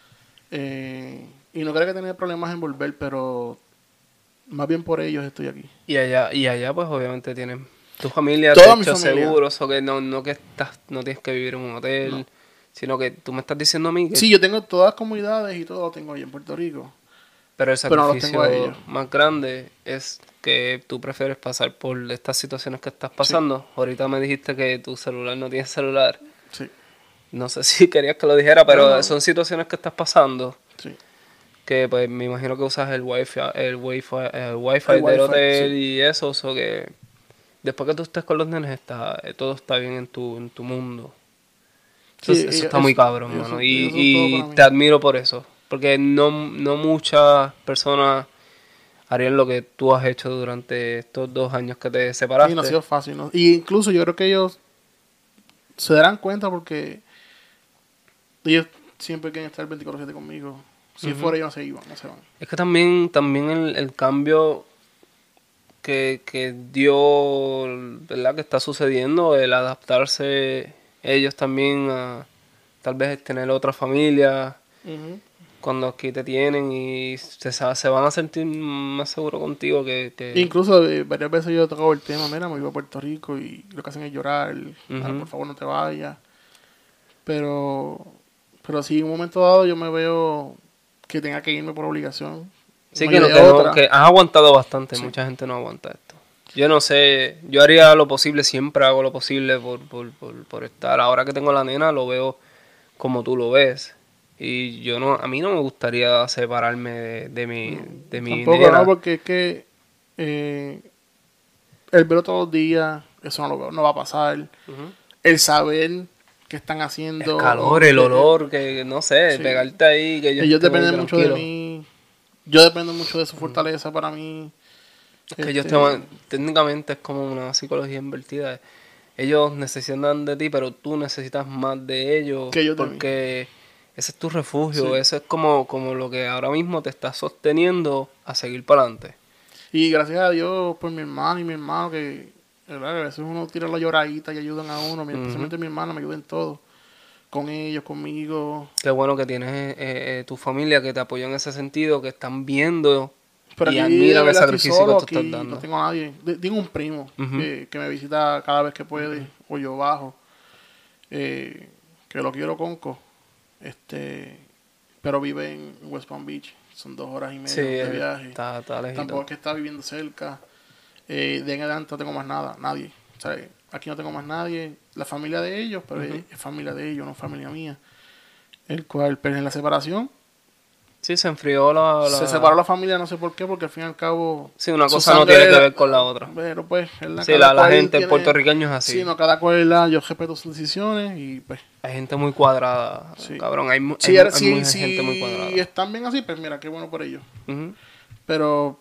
Eh, y no creo que tenía problemas en volver, pero más bien por ellos estoy aquí. Y allá, y allá pues obviamente tienes tu familia, Toda mi techo familia. seguro, o que no, no que estás, no tienes que vivir en un hotel, No. sino que tú me estás diciendo a mí que Sí, yo tengo todas las comunidades y todo lo tengo ahí en Puerto Rico. pero el pero no los tengo a sacrificio ellos. más grande es que tú prefieres pasar por estas situaciones que estás pasando. Ahorita me dijiste que tu celular no tiene celular. Sí, No sé si querías que lo dijera, pero No, no. son situaciones que estás pasando sí. que pues me imagino que usas el wifi, el wifi, el wifi El del wifi, hotel sí. y eso, o que después que tú estés con los nenes está, eh, todo está bien en tu, en tu mundo. Eso, Sí, es- eso ellos, está muy ellos- cabrón, ellos mano. son, Y, ellos son todo para y mí. te admiro por eso. Porque no, no muchas personas harían lo que tú has hecho durante estos dos años que te Sí, separaste. no ha sido fácil. ¿no? Y incluso yo creo que ellos se darán cuenta porque ellos siempre quieren estar veinticuatro siete conmigo. Si Ujú. fuera ellos no se iban, no se van. Es que también, también el, el cambio que, que dio, ¿verdad? Que está sucediendo, el adaptarse ellos también a tal vez tener otra familia. Ujú. cuando aquí te tienen y se, sa- se van a sentir más seguros contigo que... que... Incluso eh, varias veces yo he tocado el tema, mira, me iba a Puerto Rico y lo que hacen es llorar, ah, Ujú. por favor no te vayas. Pero, pero sí, en un momento dado yo me veo que tenga que irme por obligación. Sí, No que, hay no, de que, no, otra. que has aguantado bastante, Sí. mucha gente no aguanta esto. Yo no sé, yo haría lo posible, siempre hago lo posible por, por, por, por estar. Ahora que tengo la nena lo veo como tú lo ves. Y yo no, a mí no me gustaría separarme de, de mi, No, de mi tampoco, ¿no? nena. Porque es que eh, el verlo todos los días, eso no, lo, no va a pasar. Ujú. El saber qué están El haciendo, calor, o el que, eh, olor, que no sé, sí, pegarte ahí, que ellos ellos estén ahí dependen mucho de tranquilos. mí. Yo dependo mucho de su fortaleza para mí. Es que ellos te Este, van- técnicamente es como una psicología invertida. Ellos necesitan de ti, pero tú necesitas más de ellos que ellos de mí. porque ese es tu refugio, Sí. eso es como, como lo que ahora mismo te está sosteniendo a seguir para adelante. Y gracias a Dios por mi hermano y mi hermano que, ¿verdad? A veces uno tira la lloradita y ayudan a uno. Mi- Ujú. Especialmente mi hermano me ayuda en todo. Con ellos, conmigo. Qué bueno que tienes eh, eh, tu familia que te apoya en ese sentido, que están viendo Pero y aquí de admiran el verdad estoy sacrificio que solo, tú estás aquí no dando. tengo a nadie. De- tengo un primo Ujú. que, que me visita cada vez que puede, o yo bajo, eh, que lo quiero conco, este, pero vive en West Palm Beach, son dos horas y Sí, media de él viaje. está, está Tampoco lejito. es que está viviendo cerca, eh, de en adelante no tengo más nada, nadie. O sea, aquí no tengo más nadie, la familia de ellos, pero Ujú. es, es familia de ellos, no familia mía. El cual, pero en la separación, Sí, se enfrió la, se separó la... la familia, no sé por qué, porque al fin y al cabo Sí, una su cosa no tiene sangre, que la- ver con la otra. pero pues, ¿verdad? Sí, Cada la, la cual gente, el tiene, puertorriqueño es sí, así. no, cada cual, la- yo respeto sus decisiones y pues, Hay gente muy cuadrada, sí. cabrón. Hay, mu- hay, Si, mu- era- hay si, mucha gente muy si cuadrada. están bien así, pues mira, qué bueno por ellos. Ujú. Pero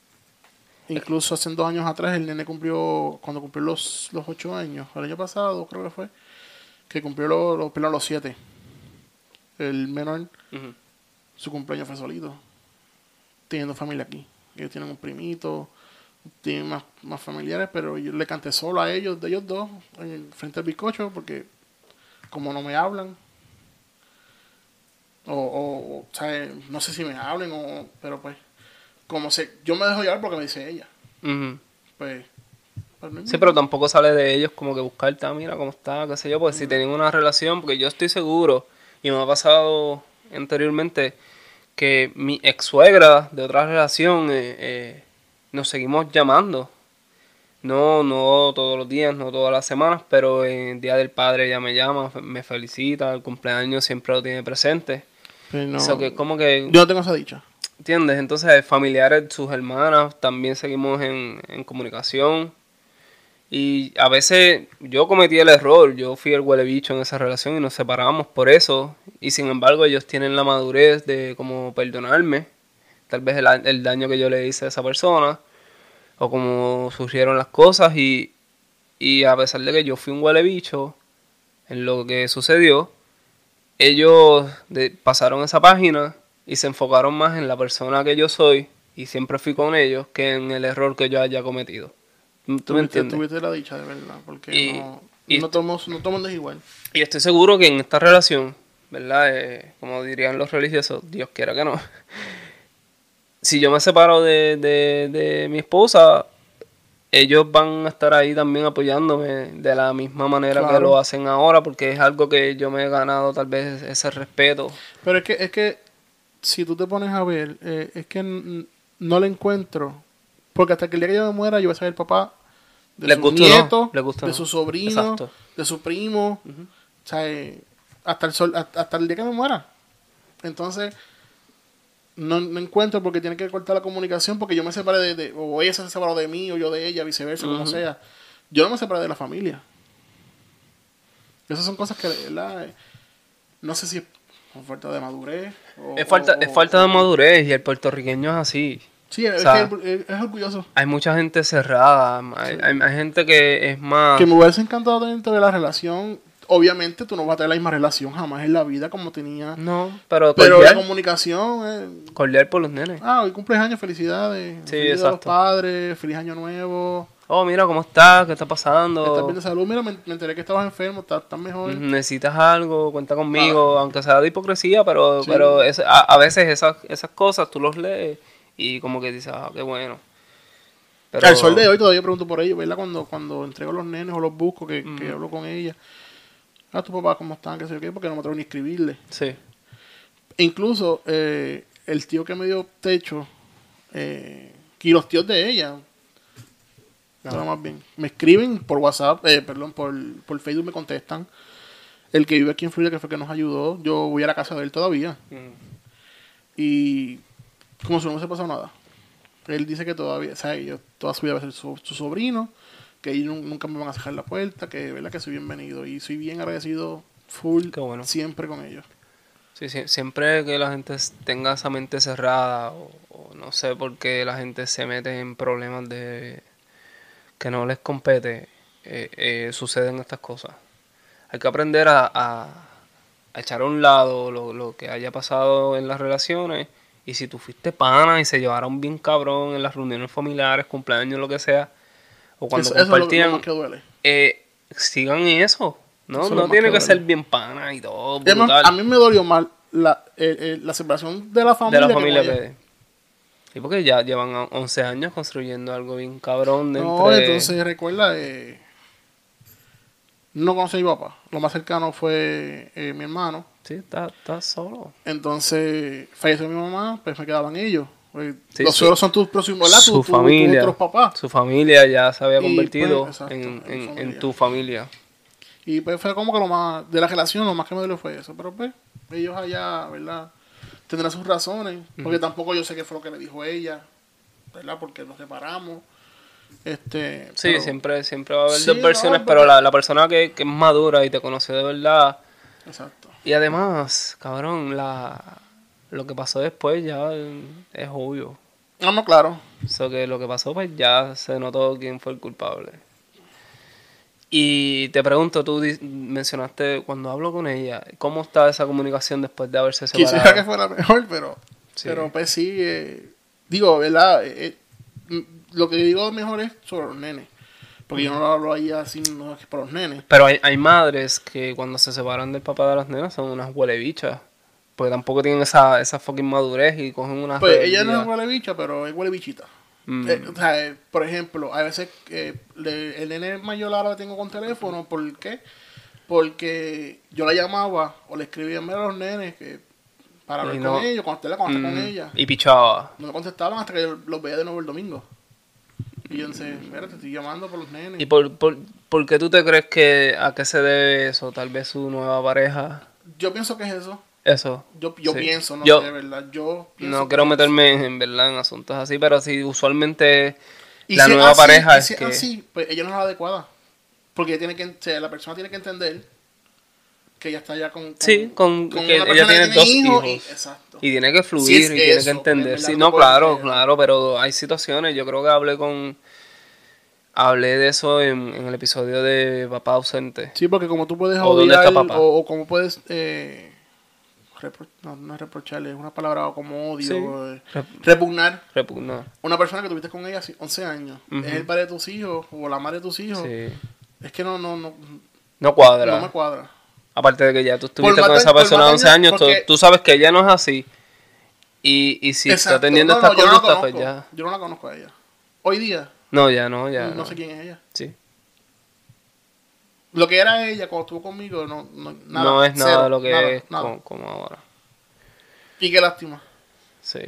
incluso hace dos años atrás el nene cumplió, cuando cumplió los, los ocho años, el año pasado creo que fue, que cumplió los, los, perdón, los siete. El menor, Ujú. su cumpleaños fue solito, teniendo familia aquí. Ellos tienen un primito, tienen más, más familiares, pero yo le canté solo a ellos, de ellos dos, en, frente al bizcocho, porque como no me hablan, o, o, o sea, no sé si me hablen, o, pero pues, como se, yo me dejo llevar porque me dice ella, Ujú. pues, pues no hay Sí, pero ningún- tampoco sale de ellos como que buscarte, ah, mira cómo está, qué sé yo, porque si tienen una relación, porque yo estoy seguro, y me ha pasado anteriormente, que mi ex suegra de otra relación eh, eh, nos seguimos llamando. No, no todos los días, no todas las semanas, pero en el Día del Padre ella me llama, fe- me felicita, el cumpleaños siempre lo tiene presente. pues Eso no, que como que, yo no tengo esa dicha. ¿entiendes? Entonces, familiares, sus hermanas, también seguimos en, en comunicación. Y a veces yo cometí el error, yo fui el huele bicho en esa relación y nos separamos por eso. Y sin embargo ellos tienen la madurez de como perdonarme, tal vez el, el daño que yo le hice a esa persona, o como surgieron las cosas. Y, y a pesar de que yo fui un huele bicho en lo que sucedió, ellos de- pasaron esa página y se enfocaron más en la persona que yo soy y siempre fui con ellos que en el error que yo haya cometido. ¿Tú me Tuviste, entiendes? tuviste la dicha de verdad, porque Y, no, y, no todo, el mundo- no todo el mundo es igual. y estoy seguro que en esta relación, ¿verdad? Eh, como dirían los religiosos, Dios quiera que no. Si yo me separo de, de, de mi esposa, ellos van a estar ahí también apoyándome de la misma manera que Claro. lo hacen ahora, porque es algo que yo me he ganado tal vez ese respeto. Pero es que, es que si tú te pones a ver, eh, es que n- no le encuentro. Porque hasta que el día que yo me muera, yo voy a ser el papá de Les sus gusta o no, nietos, les gusta o de no. sus sobrinos, Exacto. de su primo. O sea, eh, hasta, el sol, hasta, hasta el día que me muera. Entonces, no, no encuentro porque tiene que cortar la comunicación porque yo me separé de, de- o ella se separó de mí o yo de ella, viceversa, como Ujú. sea. Yo no me separé de la familia. Esas son cosas que, ¿verdad? Eh, no sé si es por falta de madurez o... Es falta, o- es falta de o- madurez y el puertorriqueño es así. Sí, O es sea, que es, es orgulloso. hay mucha gente cerrada, hay, Sí. hay- hay gente que es más... Que me hubiese encantado dentro de la relación. Obviamente tú no vas a tener la misma relación jamás en la vida como tenía. No, pero Pero la cordial, comunicación... cordial por los nenes. eh, ah, hoy cumples años, felicidades. Sí, Feliz día de los exacto. padres, feliz año nuevo. Oh, mira, ¿cómo estás? ¿Qué está ¿Estás pasando? bien de salud? Mira, me, me enteré que estabas enfermo, estás, estás mejor. Mm, ¿Necesitas algo? Cuenta Nada. conmigo, aunque sea de hipocresía, pero, pero Sí. es- a, a veces esas, esas cosas tú los lees y como que dices, ah, qué bueno. Al sol de Pero, hoy todavía pregunto por ellos, ¿verdad? Cuando, cuando entrego a los nenes o los busco, que, que mm, hablo con ella. Ah, tu papá, ¿cómo están? ¿Qué sé yo qué? Porque no me atrevo ni a escribirle. sí. E incluso eh, el tío que me dio techo, eh, y los tíos de ella, Ajá. todo más bien, me escriben por WhatsApp, eh, perdón, por, por Facebook me contestan. El que vive aquí en Florida, que fue que nos ayudó, yo voy a la casa de él todavía. Mm. Y como si no se pasó nada. Él dice que todavía, o sea, yo toda su vida va a ser su, su sobrino, que ellos nunca me van a cerrar la puerta, que verdad que soy bienvenido. Y soy bien agradecido full Qué bueno. siempre con ellos. Sí, sí, siempre que la gente s- tenga esa mente cerrada o, o no sé por qué la gente se mete en problemas de que no les compete, eh, eh, suceden estas cosas. Hay que aprender a, a- a echar a un lado lo, lo que haya pasado en las relaciones. Y si tú fuiste pana y se llevaron bien cabrón en las reuniones familiares, cumpleaños, lo que sea, o cuando Eso, eso es lo, lo más compartían, que duele. eh, sigan en eso. No, Eso es lo no más que tiene que ser duele. bien pana y todo, Además, a brutal, mí me dolió mal la, eh, eh, la separación de la de la familia que con familia ella. que... Y porque ya llevan a- once años construyendo algo bien cabrón de No, entre... entonces recuerda, eh, no conocí a mi papá. Lo más cercano fue eh, mi hermano. Sí, está, está solo. Entonces falleció mi mamá, pues me quedaban ellos. Eh, Sí, Los su, suegros son tus próximos, ¿verdad? Tu, su tu, tus otros familia, papás. su familia ya se había Y pues, convertido exacto, en, en mi en, en familia. tu familia. Y pues fue como que lo más, de la relación, lo más que me dolió fue eso. Pero pues, ellos allá, ¿verdad? Tendrán sus razones. Porque Ujú. tampoco yo sé qué fue lo que le dijo ella, ¿verdad? Porque nos separamos. Este, Sí, pero siempre, siempre va a haber dos sí, versiones, no, pero porque, la, la persona que, que es madura y te conoce de verdad. exacto. Y además, cabrón, la, lo que pasó después ya es obvio. No, no, claro. Eso que lo que pasó, pues ya se notó quién fue el culpable. Y te pregunto, tú di- mencionaste cuando hablo con ella, ¿cómo está esa comunicación después de haberse Quisiera que separado? fuera mejor, pero, Sí. pero pues sí, eh, digo, ¿verdad? Eh, eh, mm, lo que digo mejor es sobre los nenes. Porque yo no lo hablo ahí así, no es por los nenes. Pero hay, hay madres que cuando se separan del papá de las nenas son unas huelebichas. Porque tampoco tienen esa, esa fucking madurez y cogen una Pues ella no es rebeldía. huele bicha, pero es huele bichita. Eh, Mm, o sea, eh, por ejemplo, hay veces que le- el nene mayor ahora lo tengo con teléfono. ¿Por qué? Porque yo la llamaba o le escribía a los nenes que para hablar y con no. ellos, cuando esté, cuando esté con Mm, ella. y pichaba. No me contestaban hasta que yo los veía de nuevo el domingo. Y yo decía, mira, te estoy llamando por los nenes. ¿Y por, por, por qué tú te crees que a qué se debe eso? Tal vez su nueva pareja. Yo pienso que es eso. Eso. Yo, yo Sí. pienso, no Yo sé, ¿verdad? Yo pienso no que quiero es eso. meterme en, en verdad en asuntos así, pero sí, usualmente Y la si es nueva así, pareja y es si es que... así, pues ella no es la adecuada. Porque ella tiene que, o sea, la persona tiene que entender que ella está ya con, con, Sí, con, con que una ella persona que tiene tiene dos hijos. hijos. Y, exacto. Y tiene que Si fluir es y tiene que eso, porque en entender. verdad Sí, tú no, puedes claro, decir eso. claro, pero hay situaciones. Yo creo que hablé con... Hablé de eso en, en el episodio de Papá Ausente. Sí, porque como tú puedes ¿O dónde está odiar papá? o, o como puedes... Eh, repro- no, no es reprocharle, es una palabra como Sí, odio. Eh, rep- repugnar. repugnar. Una persona que tuviste con ella hace once años. Ujú. Es el padre de tus hijos o la madre de tus hijos. Sí. Es que no, no, no, No no me cuadra. cuadra. Aparte de que ya tú Por estuviste más con daño, esa por persona más once daño, años, tú, porque... tú sabes que ella no es así. Y, y si está Exacto. teniendo No, estas no, yo no la conductas, pues conozco. ya. Yo no la conozco a ella. Hoy día, No, ya no, ya no no. sé quién es ella. Sí. Lo que era ella cuando estuvo conmigo, no, no, nada. No es nada Cero, de lo que nada, es nada. como, como ahora. Y qué lástima. Sí.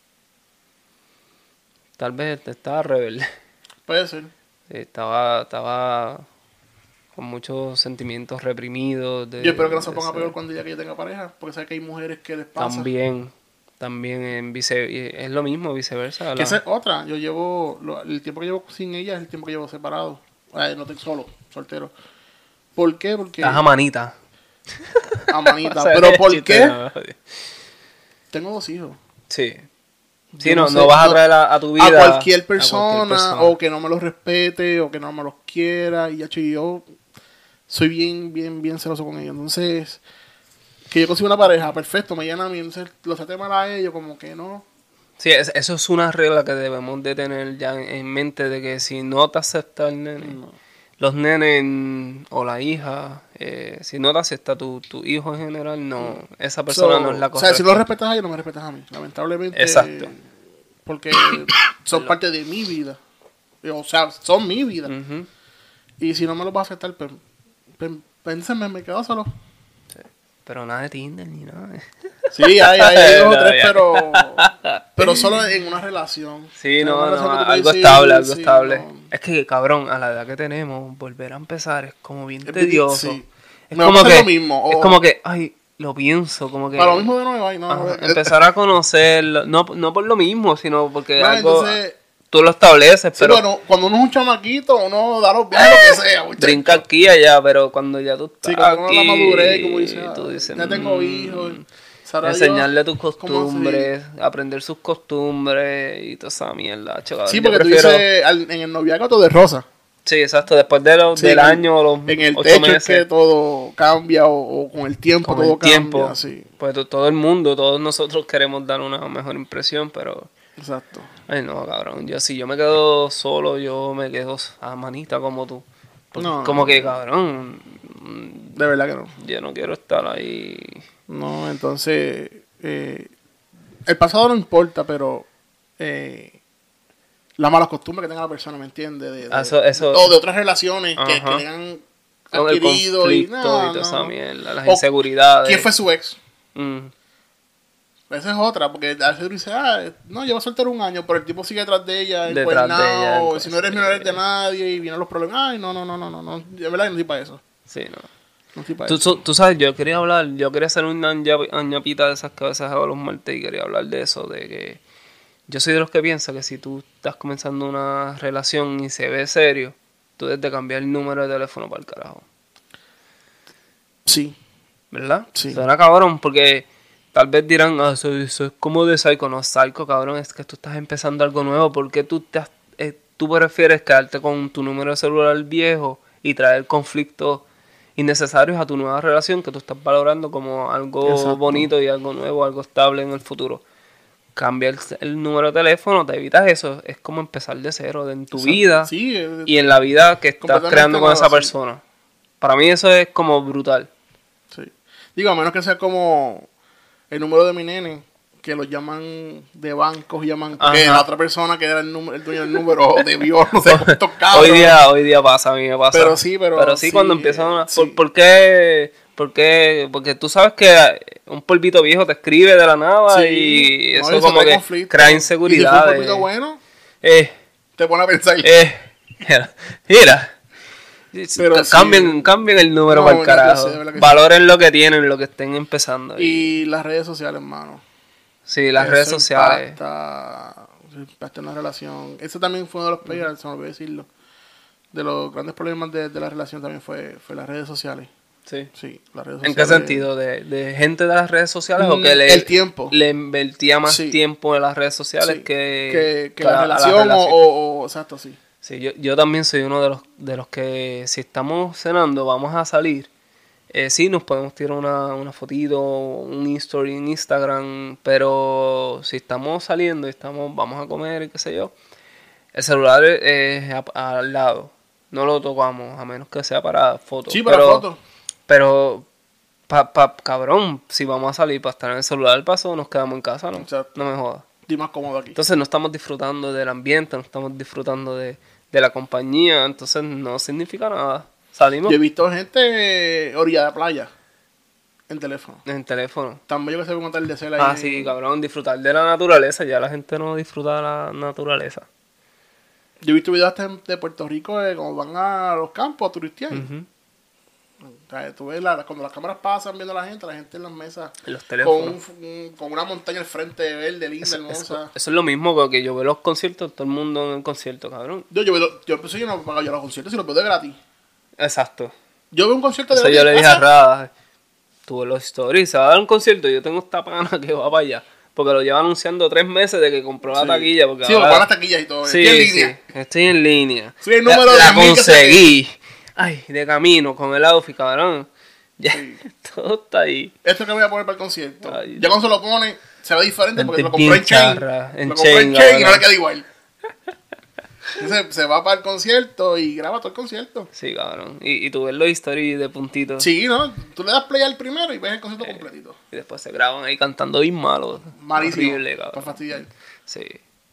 Tal vez estaba rebelde. Puede ser. Sí, estaba, estaba con muchos sentimientos reprimidos. De, Yo espero que no se de ponga ese- peor cuando ella que ella tenga pareja, porque sé que hay mujeres que les pasa. También, también en vice, y es lo mismo, viceversa. Que la- esa es otra. Yo llevo, lo- el tiempo que llevo sin ella es el tiempo que llevo separado. Ay, no estoy solo, soltero. ¿Por qué? Porque... Estás a manita. A manita. O sea, ¿Pero el por chiste qué? no- Tengo dos hijos. Sí. Sí, Yo no, sé, no vas a no- traer a, a tu vida a cualquier a cualquier persona, persona. o que no me los respete o que no me los quiera y ya che, yo soy bien bien bien celoso con ellos. Entonces que yo consigo una pareja perfecto, me llena a mí, entonces los trate mal a ellos como que no. Sí, es- eso es una regla que debemos de tener ya en, en mente de que si no te acepta el nene, No. los nenes o la hija, eh, si no te acepta tu, tu hijo en general, no, esa persona So, no es la o sea, si no correcta. respetas a ellos, no me respetas a mí. Lamentablemente. Exacto. Porque son parte de mi vida. O sea, son mi vida. Ujú. Y si no me los va a aceptar, pues, pues, pénsenme, me quedo solo. Pero nada de Tinder ni nada. Sí, hay, hay dos o No, tres, ya. pero, pero solo en una relación. Sí, En no, una no, relación que tú puedes algo decir, estable, algo sí, estable. no. Es que, cabrón, a la edad que tenemos, volver a empezar es como bien Es bien- tedioso. sí. Es Me va a como pasar que, lo mismo, es o- como que, ay, lo pienso, como que... Para lo mismo de nuevo, ay, no. Ajá, eh, empezar a conocerlo, no, no por lo mismo, sino porque No, algo entonces- tú lo estableces, Sí, pero bueno, cuando uno es un chamaquito, uno da los viajes, lo que sea. muchacho. brinca aquí y allá, pero cuando ya tú estás Sí, cuando uno aquí, la madurez, como dice, tú ah, dices, ya tengo "Mm", hijos. sabrá enseñarle Dios tus cómo costumbres, aprender sus costumbres y toda esa mierda, chaval. Sí, Yo porque prefiero- tú dices, al- en el noviazgo todo es rosa. Sí, exacto, después de los, Sí, del en el- año o los En el ocho techo es meses, que todo cambia o, o con el tiempo con todo el tiempo, cambia. Sí, pues to- todo el mundo, todos nosotros queremos dar una mejor impresión, pero... exacto. Ay, no, cabrón. Yo, si yo me quedo solo, yo me quedo a manita como tú. Porque No, es como no, que, no. cabrón, mm, De verdad que no. yo no quiero estar ahí. No, entonces, eh, el pasado no importa, pero eh, las malas costumbres que tenga la persona, ¿me entiendes? De, de- Ah, eso- eso- o de otras relaciones que, Ajá. que han Con el adquirido y, conflicto no, y toda no, esa no. mierda, las O inseguridades. ¿Quién fue su ex? Mm, Esa es otra, porque a veces uno dice, ah, no, lleva soltero un año, pero el tipo sigue detrás de ella, Detrás de ella, encuernado, en si no eres cosas, menor eres de nadie, y vienen los problemas, ay, no, no, no, no, no, no, de verdad que no estoy para eso, sí, no. no estoy para Tú, eso. tú, tú sabes, yo quería hablar, yo quería hacer una aña- añapita de esas que a veces hago los martes y quería hablar de eso, de que yo soy de los que piensa que si tú estás comenzando una relación y se ve serio, tú debes de cambiar el número de teléfono para el carajo. Sí, ¿Verdad? Sí. Suena cabrón porque tal vez dirán, ah, eso, eso es como de psycho. No, psycho, cabrón, es que tú estás empezando algo nuevo. ¿Por qué tú, te has- eh, tú prefieres quedarte con tu número de celular viejo y traer conflictos innecesarios a tu nueva relación que tú estás valorando como algo Exacto. bonito y algo nuevo, algo estable en el futuro? Cambia el, el número de teléfono, te evitas eso. Es como empezar de cero de- en tu exacto. vida Sí, eh, y en la vida que estás completamente creando con nueva, esa sí. persona. Para mí eso es como brutal. sí. Digo, a menos que sea como el número de mi nene, que lo llaman de bancos, llaman que Ajá. la otra persona que era el, número, el dueño del número debió, no sé cuántos cabros. Hoy día, hoy día pasa, a mí me pasa. Pero sí, pero sí, sí, cuando empiezan eh, a... sí. ¿por, por qué? ¿Por qué? Porque tú sabes que un polvito viejo te escribe de la nada Sí, y no, eso eso como trae que conflicto. crea Y si inseguridad. fue un poquito bueno, Eh, te pone a pensar. eh, mira, mira. Pero Ca- sí. cambien, cambien el número No, para el no, yo carajo. sé, de verdad que sí. Valoren lo que tienen, lo que estén empezando. Y, Y las redes sociales, hermano. sí, las Eso redes sociales. Impacta, impacta en la relación. Eso también fue uno de los peores, se me olvidó decirlo. De los grandes problemas de, de la relación también fue, fue las redes sociales. Sí. Sí, las redes ¿En sociales. qué sentido? ¿De, de gente de las redes sociales o Mm, que le, el tiempo. le invertía más Sí. tiempo en las redes sociales Sí, que, que, que que la, a- a relación, O, o, o- exacto, sí. Sí, yo, yo también soy uno de los, de los que si estamos cenando, vamos a salir, eh, sí, nos podemos tirar una, una fotito, un story en Instagram, pero si estamos saliendo y estamos, vamos a comer y qué sé yo, el celular es a- al lado, no lo tocamos, a menos que sea para fotos. Sí, para pero, fotos. Pero, pa, pa, cabrón, si vamos a salir para estar en el celular, al paso nos quedamos en casa, ¿no? Exacto. No me jodas. Estoy más cómodo aquí. Entonces no estamos disfrutando del ambiente, no estamos disfrutando de, de la compañía, entonces no significa nada. Salimos Yo he visto gente orilla de playa en teléfono. en el teléfono. Tan bello que se ve un atardecer ahí. Ah, sí, cabrón, disfrutar de la naturaleza, ya la gente no disfruta de la naturaleza. Yo he visto videos hasta de Puerto Rico de cuando van a los campos a turistear. Ujú. O sea, tú ves la- cuando las cámaras pasan viendo a la gente, la gente en las mesas En los con, teléfonos. un- un- con una montaña al frente verde, linda, Eso, hermosa. eso- eso es lo mismo que yo veo los conciertos, todo el mundo en el concierto, cabrón. Yo, yo, veo- yo, pues, yo no pago yo los conciertos, si los veo de gratis. Exacto. Yo veo un concierto de Eso gratis. yo le en dije a casa. Rada, tuve los stories, se va a dar un concierto, yo tengo esta pana que va para allá. Porque lo lleva anunciando tres meses de que compró la Sí. taquilla. Porque Sí, ahora- porque van las taquillas y todo. Sí, Estoy en línea. sí, estoy en línea. Sí, el La- número la, de mil que se conseguí. Ay, de camino con el outfit, cabrón. Ya, Sí. todo está ahí. Esto que voy a poner para el concierto. Ay, ya cuando se lo pone, se ve diferente porque Gente lo compró bien en Chain. charra, en Lo compró en Chain, Chain y no cabrón. le queda igual. Entonces se va para el concierto y graba todo el concierto. Sí, cabrón. Y, y tú ves los stories de puntitos. Sí, ¿no? Tú le das play al primero y ves el concierto completito. Y después se graban ahí cantando bien malo. Malísimo. Horrible, Para cabrón. fastidiar. Sí.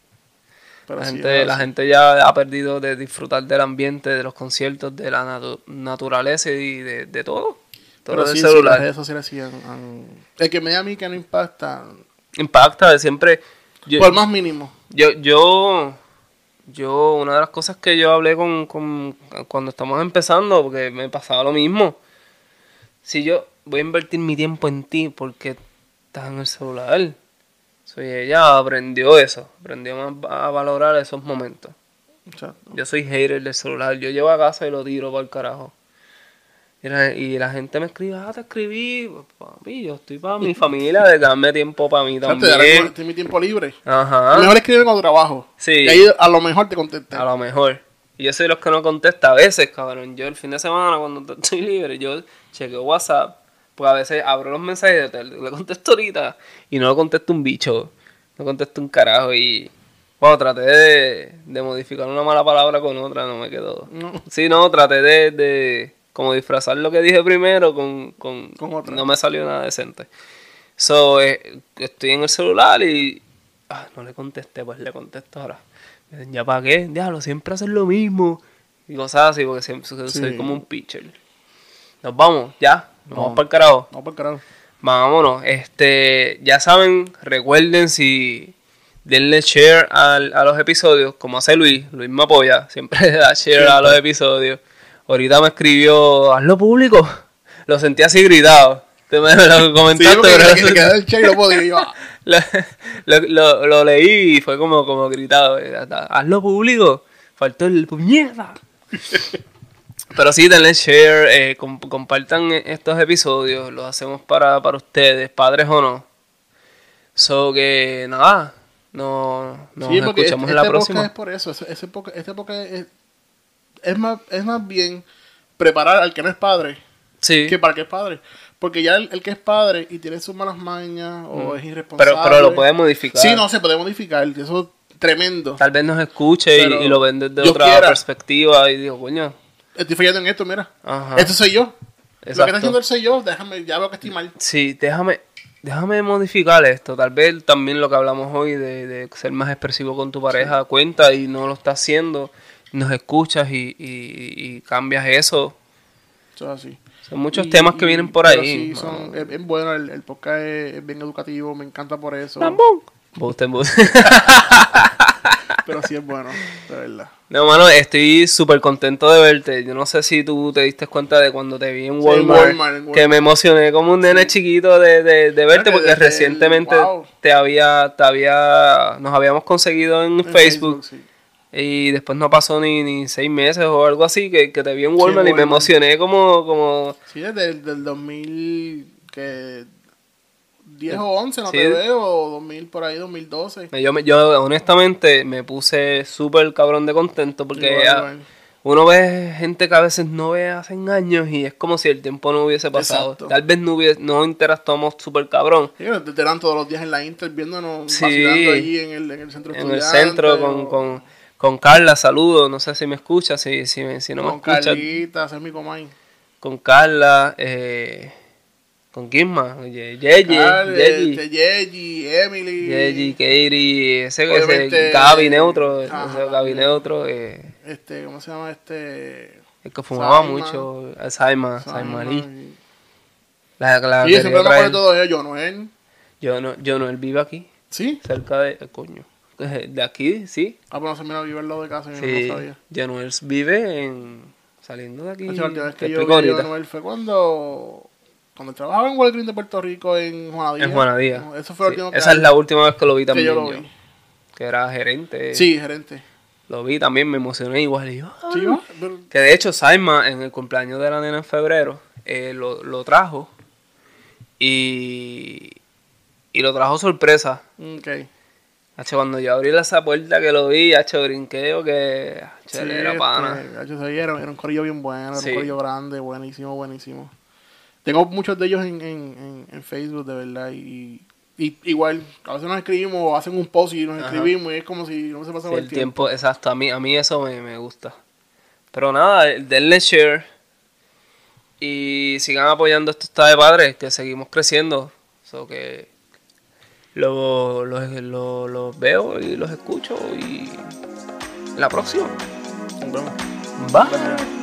Pero La sí, gente, es la así. gente ya ha perdido de disfrutar del ambiente, de los conciertos, de la natu- naturaleza y de, de todo. Todo Pero del sí, sí, las celular. redes sociales sí han, han- el que me da a mí que no impacta, Impacta de siempre. Yo, por más mínimo. yo, yo, yo, una de las cosas que yo hablé con, con cuando estamos empezando, porque me pasaba lo mismo. Si yo voy a invertir mi tiempo en ti porque estás en el celular. So, y ella aprendió eso, aprendió más a valorar esos momentos. Exacto. Yo soy hater del celular, yo llevo a casa y lo tiro para el carajo. Y la, y la gente me escribe, ah, te escribí, papi, yo estoy para mi familia, de darme tiempo para mí Exacto, y ahora también. tengo- tengo mi tiempo libre. Ajá, Mejor escribir cuando trabajo. Sí. Y ahí a lo mejor te contesté. a lo mejor. Y yo soy los que no contesta a veces, cabrón. Yo el fin de semana cuando estoy libre, yo chequeo WhatsApp, porque a veces abro los mensajes, te- le contesto ahorita y no lo contesto un bicho, no contesto un carajo y... Bueno, traté de, de modificar una mala palabra con otra, no me quedó. No. Sí, no, traté de, de como disfrazar lo que dije primero con, con, Con otra. no me salió nada decente. So, eh, estoy en el celular y ah, no le contesté, pues le contesto ahora. Me dicen, ¿ya para qué? Diablo, siempre hacen lo mismo. Y cosas así, porque siempre soy Sí. como un pitcher. Nos vamos, ya, nos vamos Vamos. para el carajo. No, por carajo. Vámonos, este, ya saben, recuerden si denle share al, a los episodios, como hace Luis, Luis me apoya, siempre le da share Siempre. a los episodios. Ahorita me escribió, hazlo público, lo sentí así gritado, te me lo Sí, comentaste, porque pero le, le quedé el chat y lo podía. Y yo, ah, lo, lo, lo- lo leí y fue como, como gritado, eh, hasta, hazlo público, faltó el puñeta. Pero sí, denle share, eh, com- compartan estos episodios, los hacemos para, para ustedes, padres o no. So que nada, no, nos sí, porque escuchamos este, en la este próxima. podcast es por eso. Ese, ese podcast, este podcast es, es, más, es más bien preparar al que no es padre Sí, que para el que es padre. Porque ya el, el que es padre y tiene sus malas mañas o es irresponsable. pero, pero lo puede modificar. Sí, no, se puede modificar. Eso es tremendo. Tal vez nos escuche y, Pero y lo ven desde yo otra quiera. perspectiva y digo, coño, Estoy fallando en esto, mira. ajá. Esto soy yo. Lo que Exacto. está haciendo él soy yo. Déjame, ya veo que estoy mal. Sí, déjame, déjame modificar esto. Tal vez también lo que hablamos hoy de, de ser más expresivo con tu pareja cuenta y no lo estás haciendo. Nos escuchas y, y, y cambias eso. Eso es así. Son muchos Y- temas que y- vienen por pero ahí. Sí, son, es, es bueno. El, el podcast es, es bien educativo. Me encanta por eso. ¡Lambón! Buste, buste. Pero sí es bueno, de verdad. No, mano, estoy súper contento de verte. Yo no sé si tú te diste cuenta de cuando te vi en Sí, en Walmart, Walmart, en Walmart. que me emocioné como un nene chiquito de, de, de verte, que porque desde el- recientemente wow. te había, te había, nos habíamos conseguido en, En Facebook, sí. y después no pasó ni, ni seis meses o algo así, que, que te vi en Sí, Walmart y me Walmart. emocioné como, como Sí, desde el del dos mil, que diez o once, no Sí. te veo, o dos mil por ahí, dos mil doce. yo, me- yo honestamente me puse súper cabrón de contento porque Igual, ah, igual. uno ve gente que a veces no ve hace años y es como si el tiempo no hubiese pasado. Exacto. Tal vez no, hubiese, no interactuamos súper cabrón Sí, te te dan todos los días en la Inter viéndonos, Sí. vacilando allí en el, en el centro en el estudiante, centro con, o con, con Carla, saludos, no sé si me escucha, si, si, me- si no me con escucha, Carlita, ese es mi comay. con Carla, eh, con quién más, Ye- Yeji, Carl, Yeji, este, Yeji, Emily. Yeji, Katie, ese, ese Obviamente, Gaby Neutro, ajá, ese Gaby también. Neutro, eh, Este, ¿cómo se llama este? el que fumaba Saima. mucho, eh, Saima, Saima, Saima Lee. y- La, la Sí, quería siempre me acuerdo traer. de todo ello, ¿no es? Yo no, yo no, él vive aquí, ¿Sí? cerca de, eh, coño, de aquí, sí, Ah, pues no se me vive al lado de casa, yo sí, no sabía. Januel vive en, saliendo de aquí, La última vez te que yo explico vi a ahorita. Noel fue cuando, cuando trabajaba en Walgreens de Puerto Rico en Juanadía. En Juanadía. No, eso fue lo Sí, último que esa es la última vez que lo vi que también yo yo, lo vi. que era gerente, Sí, gerente. lo vi también, me emocioné igual, y yo, "Ah". Sí, ¿va? Pero- Que de hecho Saima en el cumpleaños de la nena en febrero eh, lo, lo trajo y, y lo trajo sorpresa. ok. Hacho, cuando yo abrí esa puerta que lo vi, hacho, brinqueo que hacho, él Sí, era pana. este, gacho, sí, era, era un corillo bien bueno, era Sí. un corillo grande, buenísimo, buenísimo. Tengo muchos de ellos en, en, en, en Facebook, de verdad, y Y igual, a veces nos escribimos o hacen un post y nos Ajá. escribimos y es como si no se pasaba sí, el, el tiempo. tiempo. Exacto, a mí, a mí eso me, me gusta. Pero nada, denle share y sigan apoyando esto está de padres, que seguimos creciendo. So que los lo, lo, lo veo y los escucho y la próxima. Nos vemos. Bye.